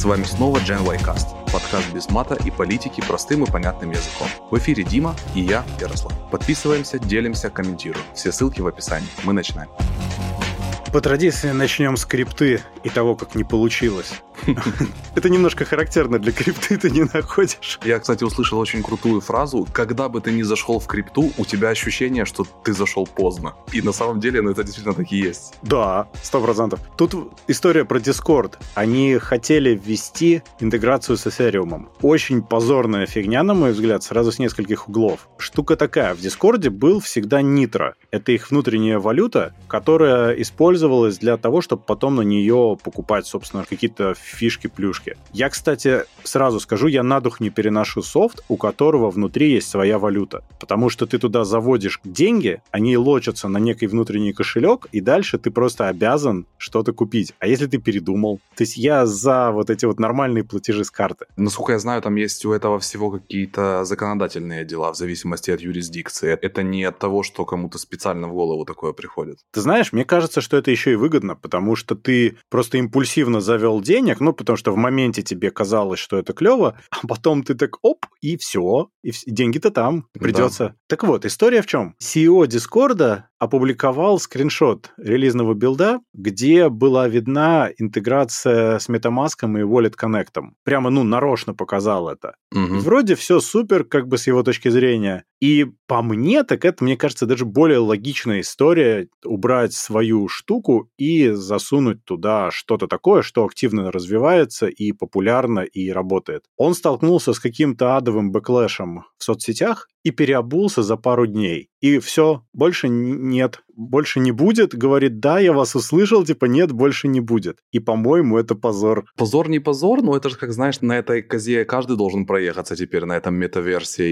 С вами снова Gen Y Cast, подкаст без мата и политики простым и понятным языком. В эфире Дима и я, Ярослав. Подписываемся, делимся, комментируем. Все ссылки в описании. Мы начинаем. По традиции начнем с крипты и того, как не получилось. Это немножко характерно для крипты, ты не находишь? Я, кстати, услышал очень крутую фразу. Когда бы ты ни зашел в крипту, у тебя ощущение, что ты зашел поздно. И на самом деле это действительно так и есть. Да, 100%. Тут история про Discord. Они хотели ввести интеграцию с Ethereum. Очень позорная фигня, на мой взгляд, сразу с нескольких углов. Штука такая. В Discord был всегда Nitro. Это их внутренняя валюта, которая использовалась для того, чтобы потом на нее покупать, собственно, какие-то фишки-плюшки. Я, кстати, сразу скажу, я на дух не переношу софт, у которого внутри есть своя валюта. Потому что ты туда заводишь деньги, они лочатся на некий внутренний кошелек, и дальше ты просто обязан что-то купить. А если ты передумал? То есть я за вот эти вот нормальные платежи с карты. Насколько я знаю, там есть у этого всего какие-то законодательные дела в зависимости от юрисдикции. Это не от того, что кому-то специально в голову такое приходит. Ты знаешь, мне кажется, что это еще и выгодно, потому что ты просто импульсивно завел денег, потому что в моменте тебе казалось, что это клево, а потом ты так оп, и все, деньги-то там придется. Да. Так вот, история в чем? CEO Discord опубликовал скриншот релизного билда, где была видна интеграция с MetaMask и Wallet Connect. Прямо, нарочно показал это. Угу. Вроде все супер, как бы с его точки зрения. И по мне, так это, мне кажется, даже более логичная история убрать свою штуку и засунуть туда что-то такое, что активно развивается и популярно, и работает. Он столкнулся с каким-то адовым бэклэшем в соцсетях и переобулся за пару дней. И все, больше нет, больше не будет. Говорит, да, я вас услышал, нет, больше не будет. И, по-моему, это позор. Позор не позор, но это же, как знаешь, на этой козе каждый должен проехаться теперь на этом метаверсе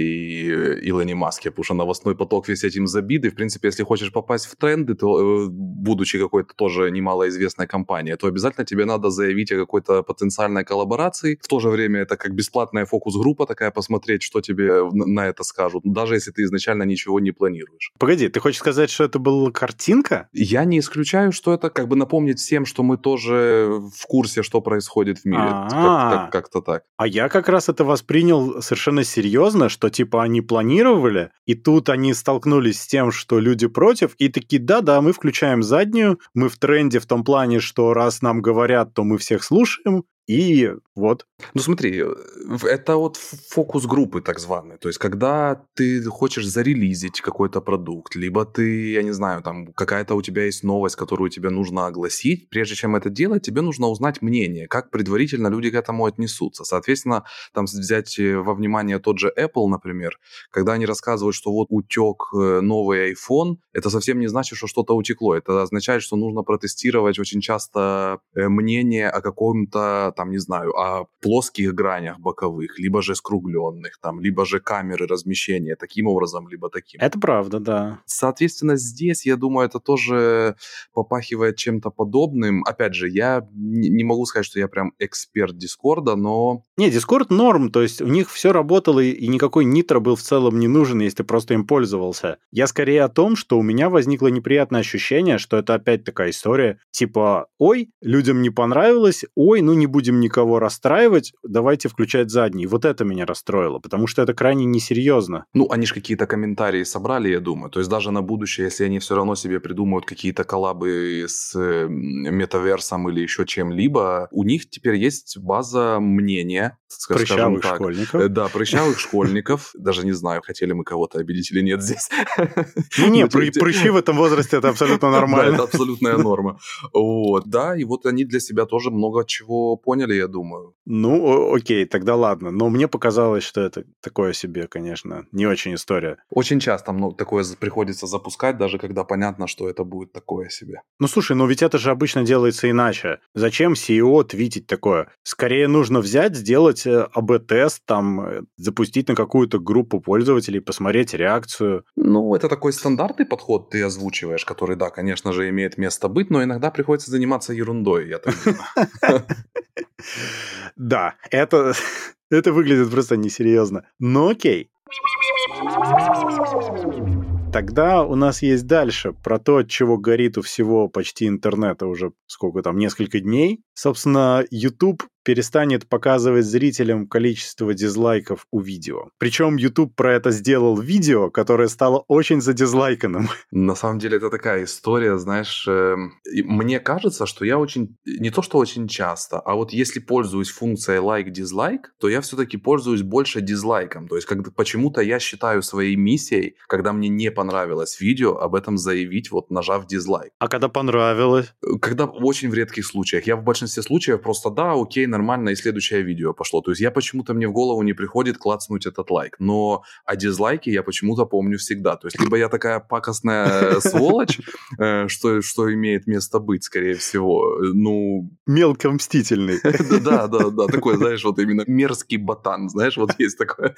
и Илоне Маске, потому что новостной поток весь этим забит. И, в принципе, если хочешь попасть в тренды, то, будучи какой-то тоже немалоизвестной компанией, то обязательно тебе надо заявить о какой-то потенциальной коллаборации. В то же время это как бесплатная фокус-группа такая, посмотреть, что тебе на это скажут, даже если ты изначально ничего не планируешь. Погоди, ты хочешь сказать, что это была картинка? Я не исключаю, что это как бы напомнить всем, что мы тоже в курсе, что происходит в мире. Как-то так. А я как раз это воспринял совершенно серьезно, что они планировали, и тут они столкнулись с тем, что люди против, и такие, да, мы включаем заднюю, мы в тренде в том плане, что раз нам говорят, то мы всех слушаем, и вот. Смотри, это вот фокус группы так званый. То есть, когда ты хочешь зарелизить какой-то продукт, либо ты, я не знаю, там какая-то у тебя есть новость, которую тебе нужно огласить, прежде чем это делать, тебе нужно узнать мнение, как предварительно люди к этому отнесутся. Соответственно, там взять во внимание тот же Apple, например, когда они рассказывают, что вот утек новый iPhone, это совсем не значит, что что-то утекло. Это означает, что нужно протестировать очень часто мнение о каком-то, там, не знаю, о плоских гранях боковых, либо же скругленных, там, либо же камеры размещения таким образом, либо таким. Это правда, да. Соответственно, здесь, я думаю, это тоже попахивает чем-то подобным. Опять же, я не могу сказать, что я прям эксперт Дискорда, но... Не, Дискорд норм, то есть у них все работало, и никакой нитро был в целом не нужен, если ты просто им пользовался. Я скорее о том, что у меня возникло неприятное ощущение, что это опять такая история, типа, ой, людям не понравилось, ой, не будем никого расстраивать, давайте включать задний. Вот это меня расстроило, потому что это крайне несерьезно. Они же какие-то комментарии собрали, я думаю. То есть даже на будущее, если они все равно себе придумают какие-то коллабы с метаверсом или еще чем-либо, у них теперь есть база мнения, прыщавых школьников. Да, прыщавых школьников. Даже не знаю, хотели мы кого-то обидеть или нет здесь. Прыщи в этом возрасте это абсолютно нормально. Да, это абсолютная норма. Да, и вот они для себя тоже много чего поняли, я думаю. Окей, тогда ладно. Но мне показалось, что это такое себе, конечно, не очень история. Очень часто такое приходится запускать, даже когда понятно, что это будет такое себе. Слушай, ведь это же обычно делается иначе. Зачем CEO твитить такое? Скорее нужно взять, сделать АБ-тест, запустить на какую-то группу пользователей, посмотреть реакцию. Это такой стандартный подход ты озвучиваешь, который, да, конечно же, имеет место быть, но иногда приходится заниматься ерундой, я так думаю. Да, это выглядит просто несерьезно. Но окей. Тогда у нас есть дальше про то, от чего горит у всего почти интернета уже несколько дней. Собственно, YouTube перестанет показывать зрителям количество дизлайков у видео. Причем YouTube про это сделал видео, которое стало очень задизлайканным. На самом деле это такая история, знаешь, мне кажется, что я очень, не то что очень часто, а вот если пользуюсь функцией лайк-дизлайк, то я все-таки пользуюсь больше дизлайком. То есть почему-то я считаю своей миссией, когда мне не понравилось видео, об этом заявить, вот нажав дизлайк. А когда понравилось? Когда очень в редких случаях. Я в большинстве случаев просто да, окей, нормально, и следующее видео пошло. То есть я почему-то, мне в голову не приходит клацнуть этот лайк. Но о дизлайке я почему-то помню всегда. То есть либо я такая пакостная сволочь, что имеет место быть, скорее всего. Ну... Мелко мстительный. Да, такой, знаешь, вот именно мерзкий ботан, знаешь, вот есть такое.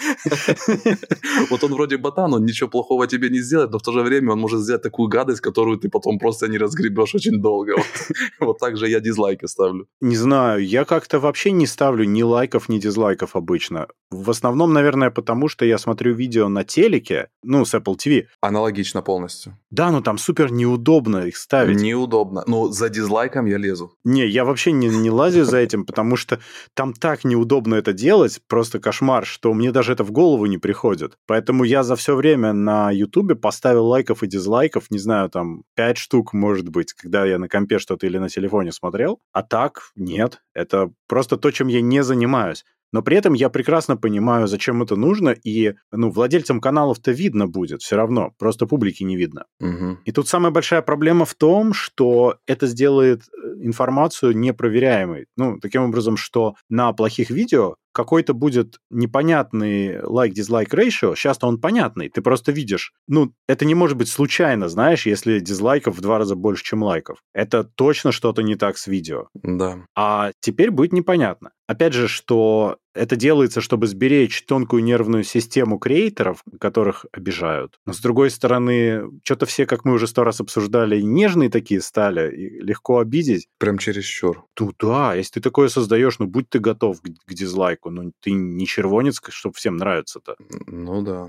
Вот он вроде ботан, он ничего плохого тебе не сделает, но в то же время он может сделать такую гадость, которую ты потом просто не разгребешь очень долго. Вот так же я дизлайки ставлю. Не знаю, я как-то вообще не ставлю ни лайков, ни дизлайков обычно. В основном, наверное, потому что я смотрю видео на телеке, ну, с Apple TV. Аналогично полностью. Да, но там супер неудобно их ставить. Неудобно. Но за дизлайком я лезу. Не, я вообще не лазю за этим, потому что там так неудобно это делать, просто кошмар, что мне даже это в голову не приходит. Поэтому я за все время на YouTube поставил лайков и дизлайков, не знаю, там 5 штук, может быть, когда я на компе что-то или на телефоне смотрел. А так, нет. Это просто то, чем я не занимаюсь. Но при этом я прекрасно понимаю, зачем это нужно, и владельцам каналов-то видно будет все равно, просто публике не видно. Угу. И тут самая большая проблема в том, что это сделает информацию непроверяемой. Таким образом, что на плохих видео какой-то будет непонятный лайк-дизлайк ratio, сейчас-то он понятный, ты просто видишь. Это не может быть случайно, знаешь, если дизлайков в 2 раза больше, чем лайков. Это точно что-то не так с видео. Да. А теперь будет непонятно. Опять же, что это делается, чтобы сберечь тонкую нервную систему креаторов, которых обижают. Но, с другой стороны, что-то все, как мы уже 100 раз обсуждали, нежные такие стали, и легко обидеть. Прям чересчур. Да, если ты такое создаешь, будь ты готов к дизлайку. Ты не червонец, чтобы всем нравится-то. Ну да.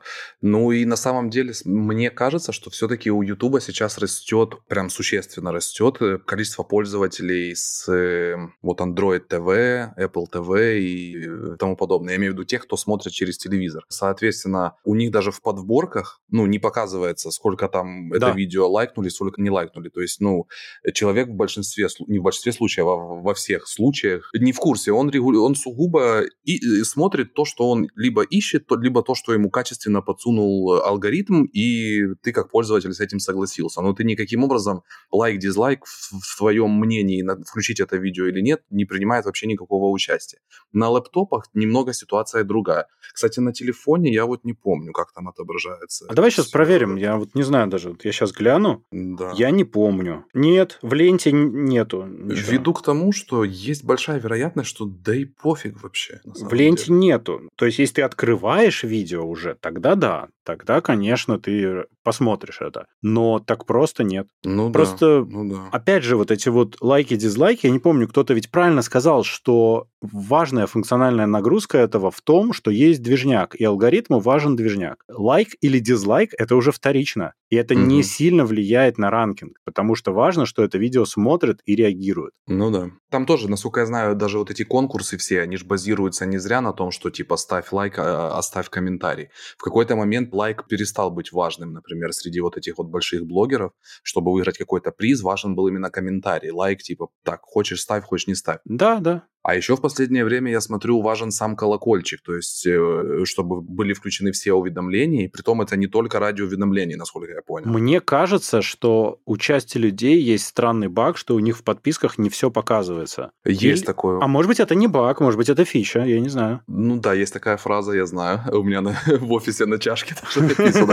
Ну и на самом деле, мне кажется, что все-таки у Ютуба сейчас растет, прям существенно растет количество пользователей с вот Android TV, Apple TV и тому подобное. Я имею в виду тех, кто смотрит через телевизор. Соответственно, у них даже в подборках, не показывается, сколько там это видео лайкнули, сколько не лайкнули. То есть, человек в большинстве, не в большинстве случаев, а во всех случаях не в курсе. Он сугубо смотрит то, что он либо ищет, либо то, что ему качественно подсунул алгоритм, и ты как пользователь с этим согласился. Но ты никаким образом лайк-дизлайк в твоем мнении, включить это видео или нет, не принимает вообще никакого участия. На лэптопах немного ситуация другая. Кстати, на телефоне я вот не помню, как там отображается. А давай сейчас проверим. Я вот не знаю даже. Я сейчас гляну. Да. Я не помню. Нет, в ленте нету ничего. Веду к тому, что есть большая вероятность, что да и пофиг вообще. В ленте нету. То есть, если ты открываешь видео уже, тогда да. Тогда, конечно, ты посмотришь это. Но так просто нет. Просто, опять же, вот эти вот лайки-дизлайки, я не помню, кто-то ведь правильно сказал, что важная функциональная нагрузка этого в том, что есть движняк, и алгоритму важен движняк. Лайк или дизлайк – это уже вторично. И это не сильно влияет на ранкинг, потому что важно, что это видео смотрят и реагируют. Да. Там тоже, насколько я знаю, даже вот эти конкурсы все, они же базируются не зря на том, что типа ставь лайк, оставь комментарий. В какой-то момент лайк перестал быть важным, например, среди вот этих вот больших блогеров. Чтобы выиграть какой-то приз, важен был именно комментарий. Лайк типа так, хочешь ставь, хочешь не ставь. Да. А еще в последнее время, я смотрю, важен сам колокольчик, то есть, чтобы были включены все уведомления, и притом это не только радиоуведомления, насколько я понял. Мне кажется, что у части людей есть странный баг, что у них в подписках не все показывается. Есть такое. А может быть, это не баг, может быть, это фича, я не знаю. Да, есть такая фраза, я знаю. У меня в офисе на чашке тоже написано.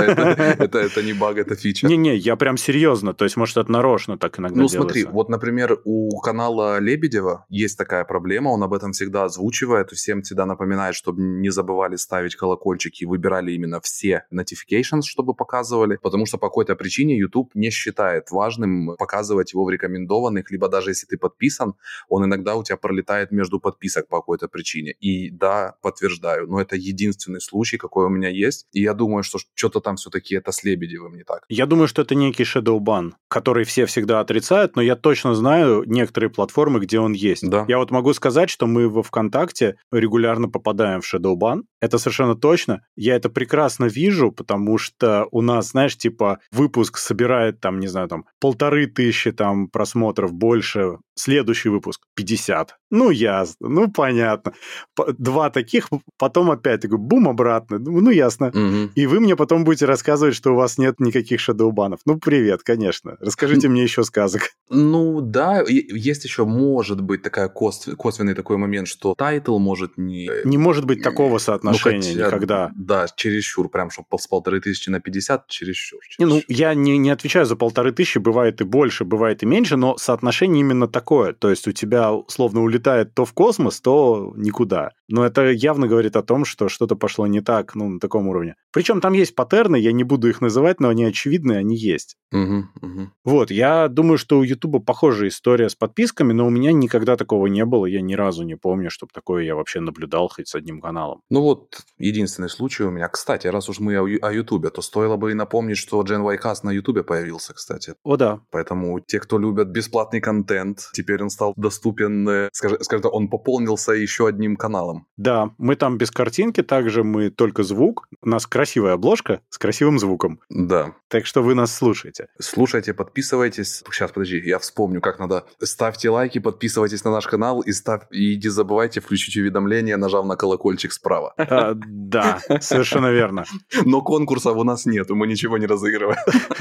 Это не баг, это фича. Не-не, я прям серьезно, то есть, может, это нарочно так иногда делается. Смотри, вот, например, у канала Лебедева есть такая проблема, он об этом всегда озвучивает, и всем всегда напоминает, чтобы не забывали ставить колокольчики и выбирали именно все notifications, чтобы показывали, потому что по какой-то причине YouTube не считает важным показывать его в рекомендованных, либо даже если ты подписан, он иногда у тебя пролетает между подписок по какой-то причине. И да, подтверждаю, но это единственный случай, какой у меня есть, и я думаю, что что-то там все-таки это с Лебедевым не так. Я думаю, что это некий shadow ban, который все всегда отрицают, но я точно знаю некоторые платформы, где он есть. Да. Я вот могу сказать, сказать, что мы во ВКонтакте регулярно попадаем в Shadowban. Это совершенно точно. Я это прекрасно вижу, потому что у нас, знаешь, типа выпуск собирает там, не знаю, там 1500 там просмотров больше. Следующий выпуск 50. Ну, ясно, ну, понятно. Два таких, потом опять такой бум обратно. Ну, ясно. Мгм. И вы мне потом будете рассказывать, что у вас нет никаких шадоубанов. Ну, привет, конечно. Расскажите мне еще сказок. Ну да, есть еще, может быть, такая косвенный такой момент, что тайтл может Не может быть такого ну, соотношения хотя, никогда. да, чересчур, прям, чтобы с 1500 на 50, чересчур. Ну, я не отвечаю за 1500, бывает и больше, бывает и меньше, но соотношение именно такое. То есть у тебя, словно, улетает то в космос, то никуда. Но это явно говорит о том, что что-то пошло не так, ну, на таком уровне. Причем там есть паттерны, я не буду их называть, но они очевидны, они есть. Вот, я думаю, что у Ютуба похожая история с подписками, но у меня никогда такого не было, я ни разу не помню, чтобы такое я вообще наблюдал хоть с одним каналом. Ну вот, единственный случай у меня. Кстати, раз уж мы о Ютубе, то стоило бы и напомнить, что Gen Y Cast на Ютубе появился, кстати. О, да. Поэтому те, кто любят бесплатный контент, теперь он стал доступен, скажем так, он пополнился еще одним каналом. Да, мы там без картинки, также мы только звук. У нас красивая обложка с красивым звуком. Да. Так что вы нас слушаете. Слушайте, подписывайтесь. Сейчас, подожди, я вспомню, как надо. Ставьте лайки, подписывайтесь на наш канал и не забывайте включить уведомления, нажав на колокольчик справа. Да, совершенно верно. Но конкурсов у нас нет, мы ничего не разыгрываем.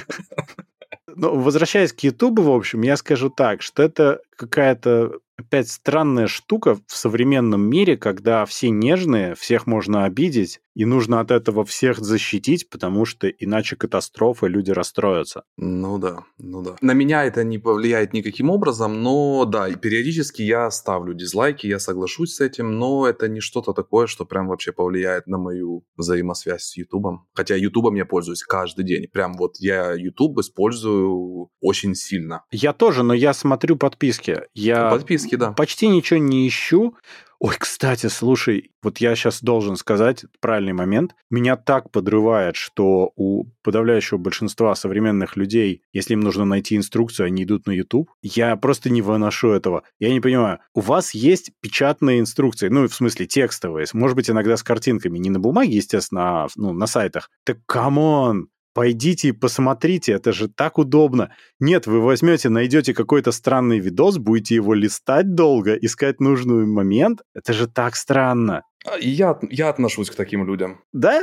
Ну, возвращаясь к Ютубу, в общем, я скажу так, что это какая-то опять странная штука в современном мире, когда все нежные, всех можно обидеть, и нужно от этого всех защитить, потому что иначе катастрофа, люди расстроятся. Ну да. На меня это не повлияет никаким образом, но да, и периодически я ставлю дизлайки, я соглашусь с этим, но это не что-то такое, что прям вообще повлияет на мою взаимосвязь с Ютубом. Хотя Ютубом я пользуюсь каждый день. Прям вот я Ютуб использую очень сильно. Я тоже, но я смотрю подписки. Я Подписки, да. почти ничего не ищу. Ой, кстати, слушай, вот я сейчас должен сказать правильный момент. Меня так подрывает, что у подавляющего большинства современных людей, если им нужно найти инструкцию, они идут на YouTube. Я просто не выношу этого. Я не понимаю, у вас есть печатные инструкции, ну, в смысле текстовые, может быть, иногда с картинками, не на бумаге, естественно, а на сайтах. Так камон! Пойдите и посмотрите, это же так удобно. Нет, вы возьмете, найдете какой-то странный видос, будете его листать долго, искать нужный момент. Это же так странно. Я отношусь к таким людям. Да?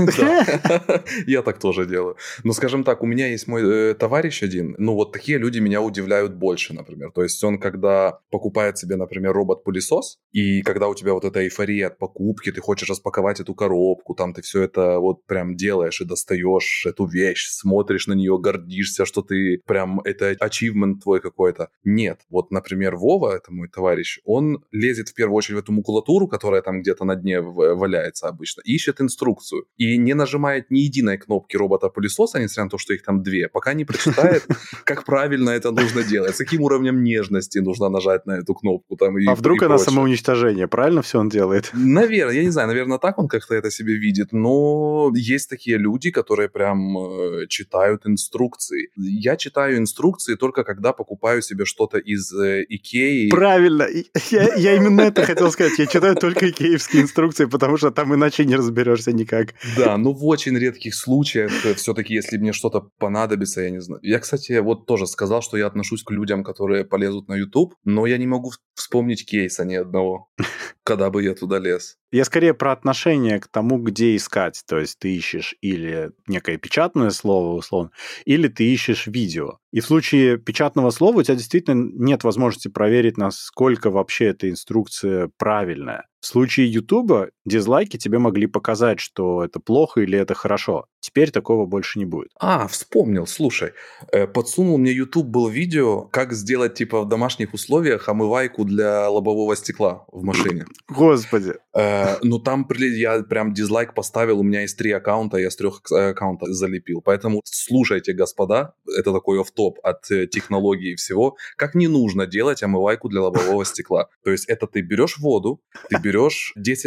Да, я так тоже делаю. Но, скажем так, у меня есть мой товарищ один, ну вот такие люди меня удивляют больше, например. То есть он, когда покупает себе, например, робот-пылесос, и когда у тебя вот эта эйфория от покупки, ты хочешь распаковать эту коробку, там ты все это вот прям делаешь и достаешь эту вещь, смотришь на нее, гордишься, что ты прям, это achievement твой какой-то. Нет, вот, например, Вова, это мой товарищ, он лезет в первую очередь в эту макулатуру, которая там где-то на дне валяется обычно, ищет инструкцию и не нажимает ни единой кнопки робота-пылесоса, несмотря на то, что их там две, пока не прочитает, как правильно это нужно делать, с каким уровнем нежности нужно нажать на эту кнопку. Там, а вдруг она самоуничтожение, правильно все он делает? Наверное, я не знаю, наверное, так он как-то это себе видит, но есть такие люди, которые прям читают инструкции. Я читаю инструкции только когда покупаю себе что-то из Икеи. Правильно, я именно это хотел сказать, я читаю только икеевские инструкции, потому что там иначе не разберешься никак. Да, но в очень редких случаях все-таки, если мне что-то понадобится, я не знаю. Я, кстати, вот тоже сказал, что я отношусь к людям, которые полезут на YouTube, но я не могу вспомнить кейса ни одного, когда бы я туда лез. Я скорее про отношение к тому, где искать. То есть ты ищешь или некое печатное слово, условно, или ты ищешь видео. И в случае печатного слова у тебя действительно нет возможности проверить, насколько вообще эта инструкция правильная. В случае Ютуба дизлайки тебе могли показать, что это плохо или это хорошо. Теперь такого больше не будет. Вспомнил, слушай. Подсунул мне YouTube был видео, как сделать типа в домашних условиях омывайку для лобового стекла в машине. Господи. Ну там я прям дизлайк поставил, у меня есть 3 аккаунта, я с 3 аккаунтов залепил. Поэтому слушайте, господа, это такой офф-топ от технологий и всего, как не нужно делать омывайку для лобового стекла. То есть это ты берешь воду, ты берешь 10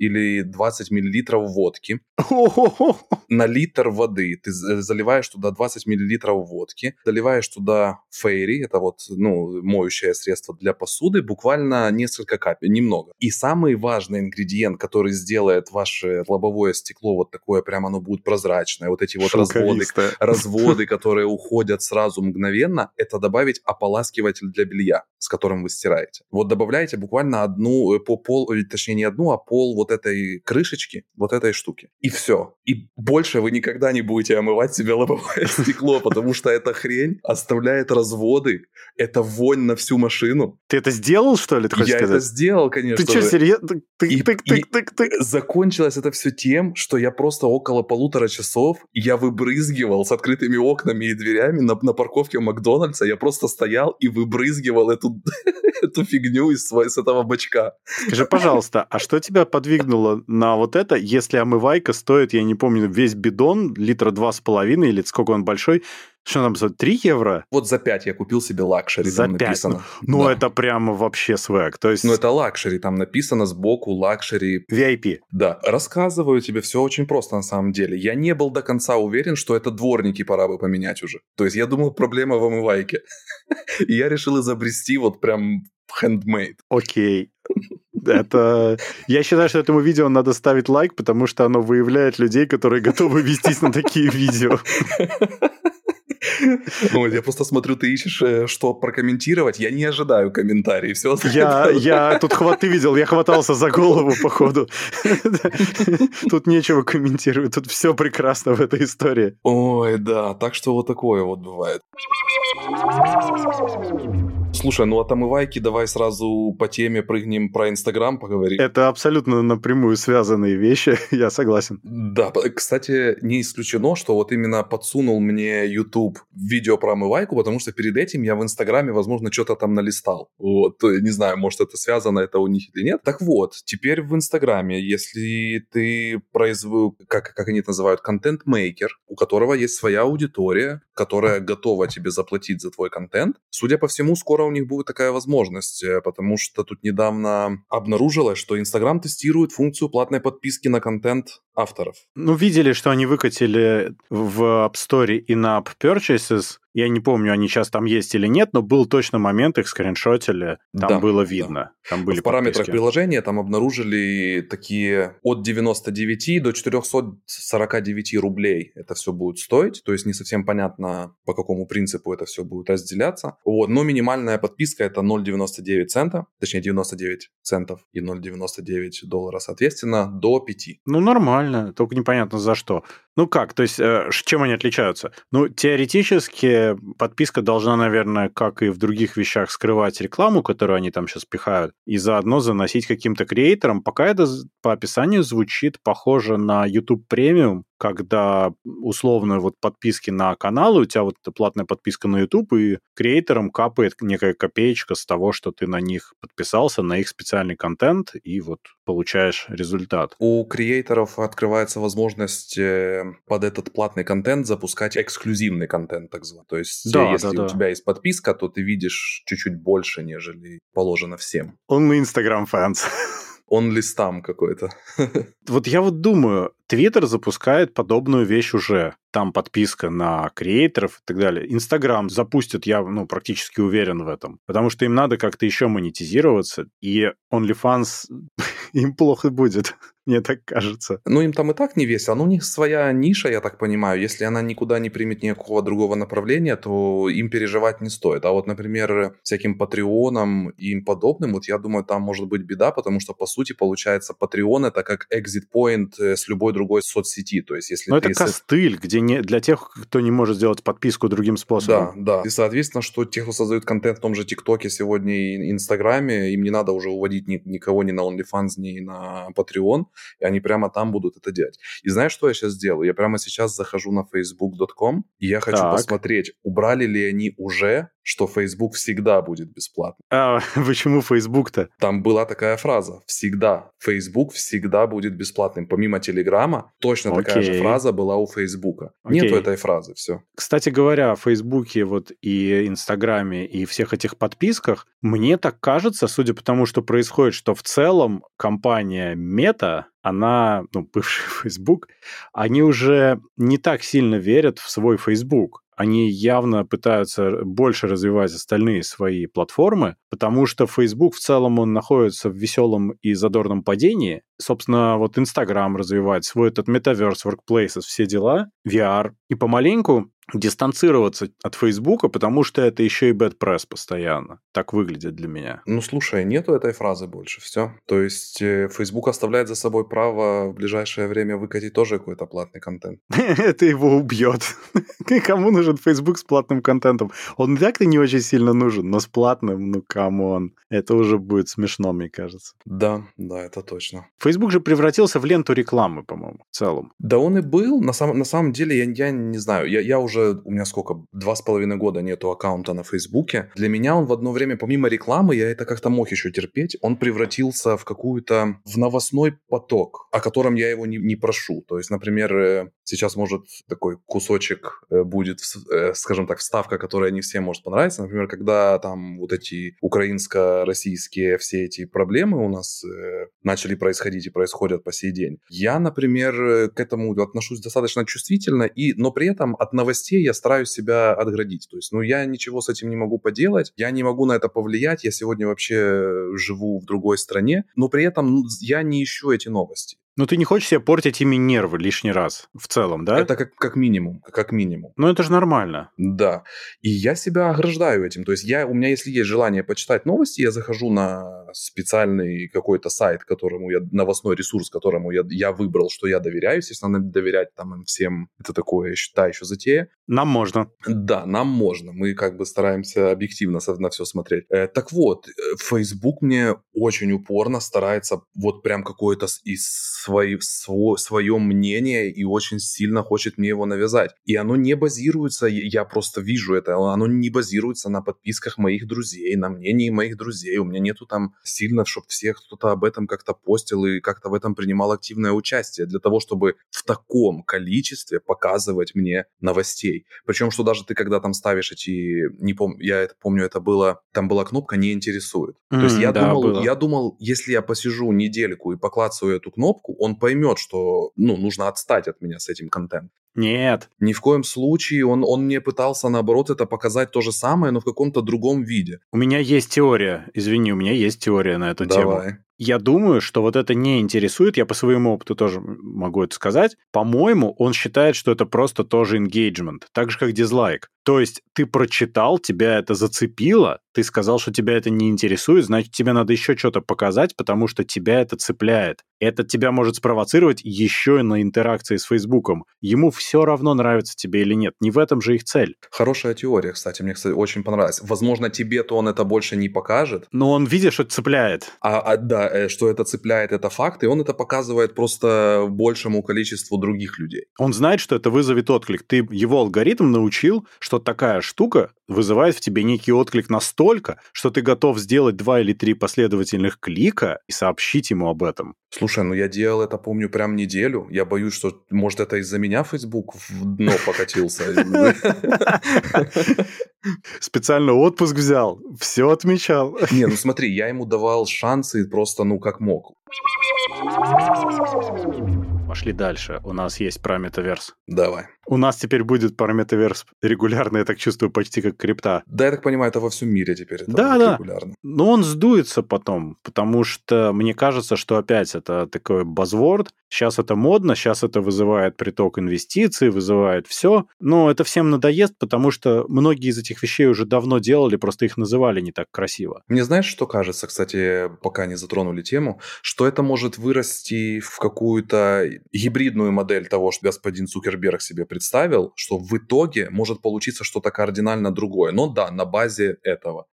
или 20 миллилитров водки. На литр воды ты заливаешь туда 20 миллилитров водки, заливаешь туда фейри, это вот, моющее средство для посуды, буквально несколько капель, немного. И самый важный ингредиент, который сделает ваше лобовое стекло вот такое, прямо оно будет прозрачное, вот эти вот разводы, которые уходят сразу мгновенно, это добавить ополаскиватель для белья, с которым вы стираете. Вот добавляете буквально не одну, а пол вот этой крышечки, вот этой штуки. И все. И больше вы никогда не будете омывать себе лобовое стекло, потому что эта хрень оставляет разводы, это вонь на всю машину. Ты это сделал, что ли, ты хочешь сказать? Я это сделал, конечно. Ты что, серьезно? И закончилось это все тем, что я просто около 1,5 часов, я выбрызгивал с открытыми окнами и дверями на парковке Макдональдса, я просто стоял и выбрызгивал эту фигню из этого бачка. Скажи, пожалуйста, а что тебя подвигнуло на вот это, если омывайка стоит, я не помню, весь бидон, 2,5 литра или сколько он большой, что там, 3 евро? Вот за 5 я купил себе лакшери, за там 5. написано. Да. Это прямо вообще свэг. То есть... это лакшери, там написано сбоку лакшери. VIP. Да, рассказываю тебе, все очень просто на самом деле. Я не был до конца уверен, что это дворники пора бы поменять уже. То есть я думал, проблема в омывайке. И я решил изобрести вот прям handmade. Окей. Это... Я считаю, что этому видео надо ставить лайк, потому что оно выявляет людей, которые готовы вестись на такие видео. Я просто смотрю, ты ищешь, что прокомментировать. Я не ожидаю комментариев. Все я тут ты видел, я хватался за голову, походу. Тут нечего комментировать. Тут все прекрасно в этой истории. Ой, да. Так что вот такое вот бывает. Слушай, от омывайки давай сразу по теме прыгнем, про Инстаграм поговорим. Это абсолютно напрямую связанные вещи, я согласен. Да, кстати, не исключено, что вот именно подсунул мне YouTube видео про омывайку, потому что перед этим я в Инстаграме, возможно, что-то там налистал. Вот, не знаю, может, это связано, это у них или нет. Так вот, теперь в Инстаграме, если ты как они это называют, контент-мейкер, у которого есть своя аудитория, которая готова тебе заплатить за твой контент, судя по всему, скоро у них будет такая возможность, потому что тут недавно обнаружилось, что Инстаграм тестирует функцию платной подписки на контент авторов. Видели, что они выкатили в App Store in-app purchases. Я не помню, они сейчас там есть или нет, но был точно момент, их скриншотили, там было видно. Да. Там были в параметрах подписки. приложения там обнаружили такие от 99 до 449 рублей это все будет стоить, то есть не совсем понятно, по какому принципу это все будет разделяться. Вот. Но минимальная подписка это 0,99 цента, точнее 99 центов и 0,99 доллара, соответственно, до 5. Нормально, только непонятно за что. То есть чем они отличаются? Теоретически подписка должна, наверное, как и в других вещах, скрывать рекламу, которую они там сейчас пихают, и заодно заносить каким-то креаторам. Пока это по описанию звучит похоже на YouTube Premium, когда условно подписки на каналы, у тебя эта платная подписка на YouTube, и креаторам капает некая копеечка с того, что ты на них подписался, на их специальный контент, и получаешь результат. У креаторов открывается возможность под этот платный контент запускать эксклюзивный контент, так званый. То есть, если у тебя есть подписка, то ты видишь чуть-чуть больше, нежели положено всем. Only Instagram fans. Only там какой-то. Я думаю, Twitter запускает подобную вещь уже. Там подписка на креаторов и так далее. Инстаграм запустит, я практически уверен в этом. Потому что им надо как-то еще монетизироваться. И OnlyFans им плохо будет, мне так кажется. Им там и так не весело. У них своя ниша, я так понимаю. Если она никуда не примет никакого другого направления, то им переживать не стоит. А например, всяким Патреонам и им подобным, я думаю, там может быть беда, потому что, по сути, получается, Patreon — это как exit point с любой другой соцсети. То есть, если это костыль, где для тех, кто не может сделать подписку другим способом. Да. И, соответственно, что те, кто создают контент в том же ТикТоке сегодня и Инстаграме, им не надо уже уводить никого ни на OnlyFans, ни на Patreon, и они прямо там будут это делать. И знаешь, что я сейчас делаю? Я прямо сейчас захожу на facebook.com, и я хочу посмотреть, убрали ли они уже что Facebook всегда будет бесплатным. А почему Facebook-то? Там была такая фраза «всегда». Facebook всегда будет бесплатным. Помимо Телеграма, точно такая же фраза была у Фейсбука. Нету этой фразы, все. Кстати говоря, о Фейсбуке вот и Инстаграме и всех этих подписках, мне так кажется, судя по тому, что происходит, что в целом компания Meta, она, бывший Facebook, они уже не так сильно верят в свой Facebook. Они явно пытаются больше развивать остальные свои платформы, потому что Facebook в целом он находится в веселом и задорном падении. Собственно, вот Instagram развивает свой этот Metaverse, Workplaces, все дела, VR. И помаленьку дистанцироваться от Фейсбука, потому что это еще и bad press постоянно. Так выглядит для меня. Слушай, нету этой фразы больше, все. То есть Facebook оставляет за собой право в ближайшее время выкатить тоже какой-то платный контент. Это его убьет. Кому нужен Facebook с платным контентом? Он и так-то не очень сильно нужен, но с платным, камон. Это уже будет смешно, мне кажется. Да, это точно. Facebook же превратился в ленту рекламы, по-моему, в целом. Да он и был. На самом деле, я не знаю, я уже, у меня сколько, 2,5 года нету аккаунта на Фейсбуке. Для меня он в одно время, помимо рекламы, я это как-то мог еще терпеть, он превратился в новостной поток, о котором я его не прошу. То есть, например, сейчас, может, такой кусочек будет, скажем так, вставка, которая не всем может понравиться. Например, когда там вот эти украинско-российские все эти проблемы у нас начали происходить и происходят по сей день. Я, например, к этому отношусь достаточно чувствительно, но при этом от новостей я стараюсь себя отградить. То есть, я ничего с этим не могу поделать, я не могу на это повлиять, я сегодня вообще живу в другой стране, но при этом я не ищу эти новости. Но ты не хочешь себе портить ими нервы лишний раз в целом, да? Это как минимум. Ну, это же нормально. Да. И я себя ограждаю этим. То есть у меня, если есть желание почитать новости, я захожу на специальный какой-то сайт, новостной ресурс, которому я выбрал, что я доверяю. Естественно, надо доверять там им всем. Это такое, та еще затея. Нам можно. Да, нам можно. Мы стараемся объективно на все смотреть. Так вот, Facebook мне очень упорно старается вот прям какое-то свое мнение и очень сильно хочет мне его навязать. И оно не базируется, я просто вижу это, оно не базируется на подписках моих друзей, на мнении моих друзей. У меня нету там сильно, чтобы кто-то об этом как-то постил и как-то в этом принимал активное участие для того, чтобы в таком количестве показывать мне новостей. Причем, что даже ты, когда там ставишь я это помню, там была кнопка «Не интересует». То есть я думал, если я посижу недельку и поклацаю эту кнопку, он поймет, что нужно отстать от меня с этим контентом. Нет. Ни в коем случае. Он мне пытался, наоборот, это показать то же самое, но в каком-то другом виде. У меня есть теория. Извини, у меня есть теория на эту тему. Я думаю, что вот это не интересует, я по своему опыту тоже могу это сказать. По-моему, он считает, что это просто тоже engagement, так же, как дизлайк. То есть ты прочитал, тебя это зацепило, ты сказал, что тебя это не интересует, значит, тебе надо еще что-то показать, потому что тебя это цепляет. Это тебя может спровоцировать еще и на интеракции с Фейсбуком. Ему все равно, нравится тебе или нет. Не в этом же их цель. Хорошая теория, кстати. Мне, очень понравилась. Возможно, тебе-то он это больше не покажет. Но он видит, что это цепляет. Да, что это цепляет, это факт, и он это показывает просто большему количеству других людей. Он знает, что это вызовет отклик. Ты его алгоритм научил, что такая штука вызывает в тебе некий отклик настолько, что ты готов сделать 2 или 3 последовательных клика и сообщить ему об этом. Слушай, я делал это, помню, прям неделю. Я боюсь, что, может, это из-за меня Facebook в дно покатился. Специально отпуск взял, все отмечал. Не, смотри, я ему давал шансы просто, как мог. Пошли дальше. У нас есть про метаверс. Давай. У нас теперь будет про метаверс регулярно, я так чувствую, почти как крипта. Да, я так понимаю, это во всем мире теперь. Да. Регулярно. Но он сдуется потом, потому что мне кажется, что опять это такой базворд. Сейчас это модно, сейчас это вызывает приток инвестиций, вызывает все. Но это всем надоест, потому что многие из этих вещей уже давно делали, просто их называли не так красиво. Мне знаешь, что кажется, кстати, пока не затронули тему, что это может вырасти в какую-то гибридную модель того, что господин Цукерберг себе представил, что в итоге может получиться что-то кардинально другое. Но да, на базе этого.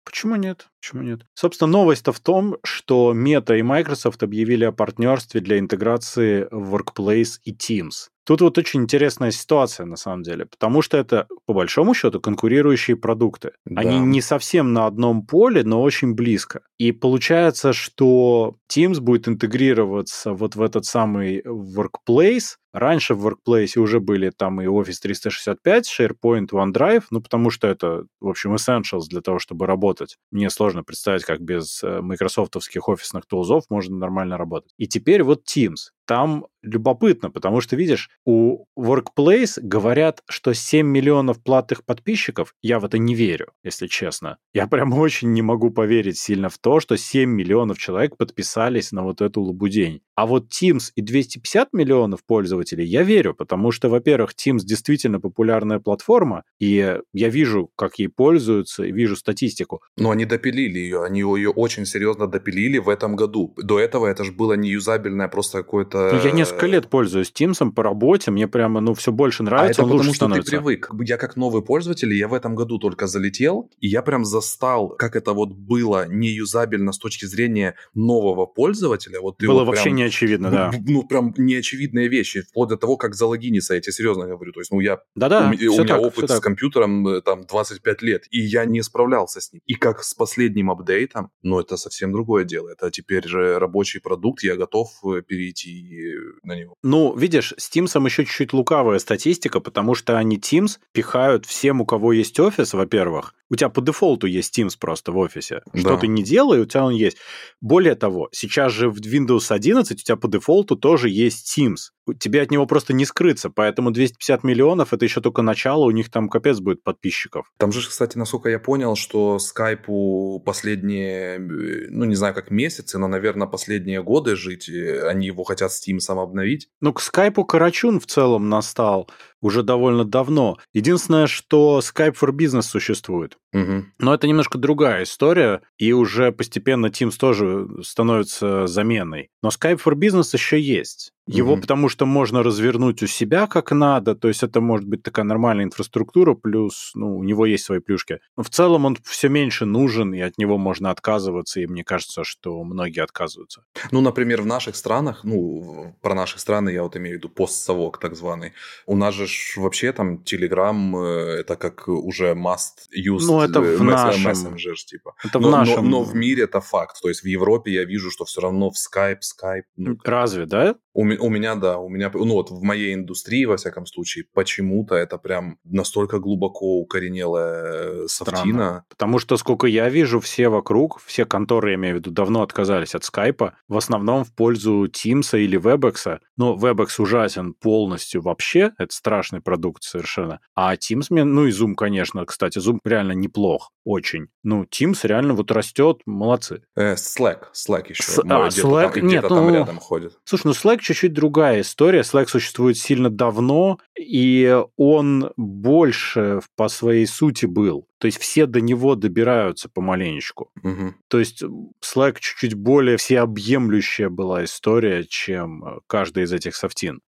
Почему нет? Почему нет? Собственно, новость-то в том, что Meta и Microsoft объявили о партнерстве для интеграции в Workplace и Teams. Тут вот очень интересная ситуация, на самом деле, потому что это, по большому счету, конкурирующие продукты. Они Да. не совсем на одном поле, но очень близко. И получается, что Teams будет интегрироваться вот в этот самый Workplace. Раньше в Workplace уже были там и Office 365, SharePoint, OneDrive, ну, потому что это, в общем, essentials для того, чтобы работать. Мне сложно представить, как без майкрософтовских офисных тулзов можно нормально работать. И теперь вот Teams. Там любопытно, потому что, видишь, у Workplace говорят, что 7 миллионов платных подписчиков. Я в это не верю, если честно. Я прям очень не могу поверить сильно в то, что 7 миллионов человек подписались на вот эту лабудень. А вот Teams и 250 миллионов пользователей я верю, потому что, во-первых, Teams действительно популярная платформа, и я вижу, как ей пользуются, и вижу статистику. Но они допилили ее, они ее очень серьезно допилили в этом году. До этого это же было неюзабельное просто какое-то... Ну, я несколько лет пользуюсь Teams по работе, мне прямо, все больше нравится, это он лучше потому, что становится. ты привык. Я как новый пользователь, я в этом году только залетел, и я прям застал, как это вот было неюзабельно с точки зрения нового пользователя. Вот ты Было вот вообще прям, не очевидно, да. Ну, прям неочевидные вещи, вплоть до того, как залогиниться, я тебе серьезно говорю. То есть, ну, Да-да, у меня так, опыт с компьютером там 25 лет, и я не справлялся с ним. И как с последним апдейтом, ну, это совсем другое дело. Это теперь же рабочий продукт, я готов перейти на него. Ну, видишь, с Teams еще чуть-чуть лукавая статистика, потому что они Teams пихают всем, у кого есть офис, во-первых. У тебя по дефолту есть Teams просто в офисе. Что ты не делай, у тебя он есть. Более того, сейчас же в Windows 11 у тебя по дефолту тоже есть Teams. Тебе от него просто не скрыться, поэтому 250 миллионов – это еще только начало, у них там капец будет подписчиков. Там же, кстати, насколько я понял, что Skype последние, ну, не знаю, как месяцы, но, наверное, последние годы жить, они его хотят с Teams обновить. Ну, к Skype карачун в целом настал уже довольно давно. Единственное, что Skype for Business существует. Угу. Но это немножко другая история, и уже постепенно Teams тоже становится заменой. Но Skype for Business еще есть. Его потому что можно развернуть у себя как надо, то есть это может быть такая нормальная инфраструктура, плюс у него есть свои плюшки. Но в целом он все меньше нужен, и от него можно отказываться, и мне кажется, что многие отказываются. Ну, например, в наших странах, про наши страны я вот имею в виду постсовок так званый, у нас же вообще там Telegram это как уже must-use мессенджер, типа. Это в нашем... но в мире это факт, то есть в Европе я вижу, что все равно в Skype... Разве, да? У меня, ну вот в моей индустрии, во всяком случае, почему-то это прям настолько глубоко укоренелая софтина. Потому что, сколько я вижу, все вокруг, все конторы, я имею в виду, давно отказались от скайпа, в основном в пользу Teams или Webex. Но Webex ужасен полностью вообще, это страшный продукт совершенно. А Teams, и Zoom, конечно, кстати, Zoom реально неплох, очень. Teams реально вот растет, молодцы. Slack еще Slack, где-то там рядом ходит. Слушай, Slack чуть-чуть другая история. Slack существует сильно давно, и он больше по своей сути был. То есть все до него добираются помаленечку. Угу. То есть Slack чуть-чуть более всеобъемлющая была история, чем каждая из этих софтин.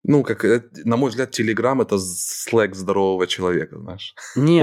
На мой взгляд, Telegram — это Slack здорового человека, знаешь.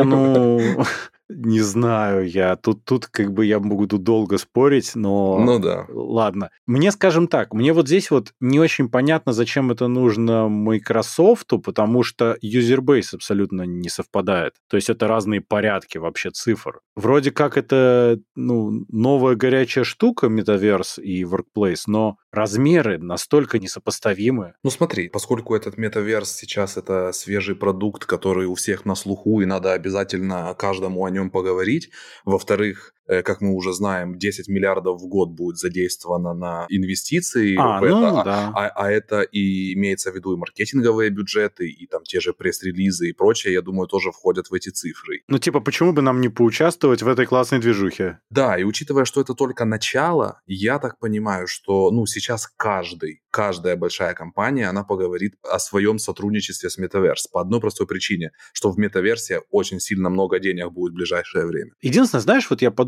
Не знаю я. Тут как бы я буду долго спорить, но... да. Ладно. Мне, скажем так, мне вот здесь вот не очень понятно, зачем это нужно Microsoft, потому что user-base абсолютно не совпадает. То есть это разные порядки вообще цифр. Вроде как это, новая горячая штука, Metaverse и Workplace, но размеры настолько несопоставимы. Смотри, поскольку этот Metaverse сейчас это свежий продукт, который у всех на слуху, и надо обязательно каждому о нем поговорить. Во-вторых, как мы уже знаем, 10 миллиардов в год будет задействовано на инвестиции в это. Да. А это и имеется в виду и маркетинговые бюджеты, и там те же пресс-релизы и прочее, я думаю, тоже входят в эти цифры. Почему бы нам не поучаствовать в этой классной движухе? Да, и учитывая, что это только начало, я так понимаю, что сейчас каждая большая компания, она поговорит о своем сотрудничестве с Metaverse по одной простой причине, что в Metaverse очень сильно много денег будет в ближайшее время. Единственное, знаешь, вот я подумал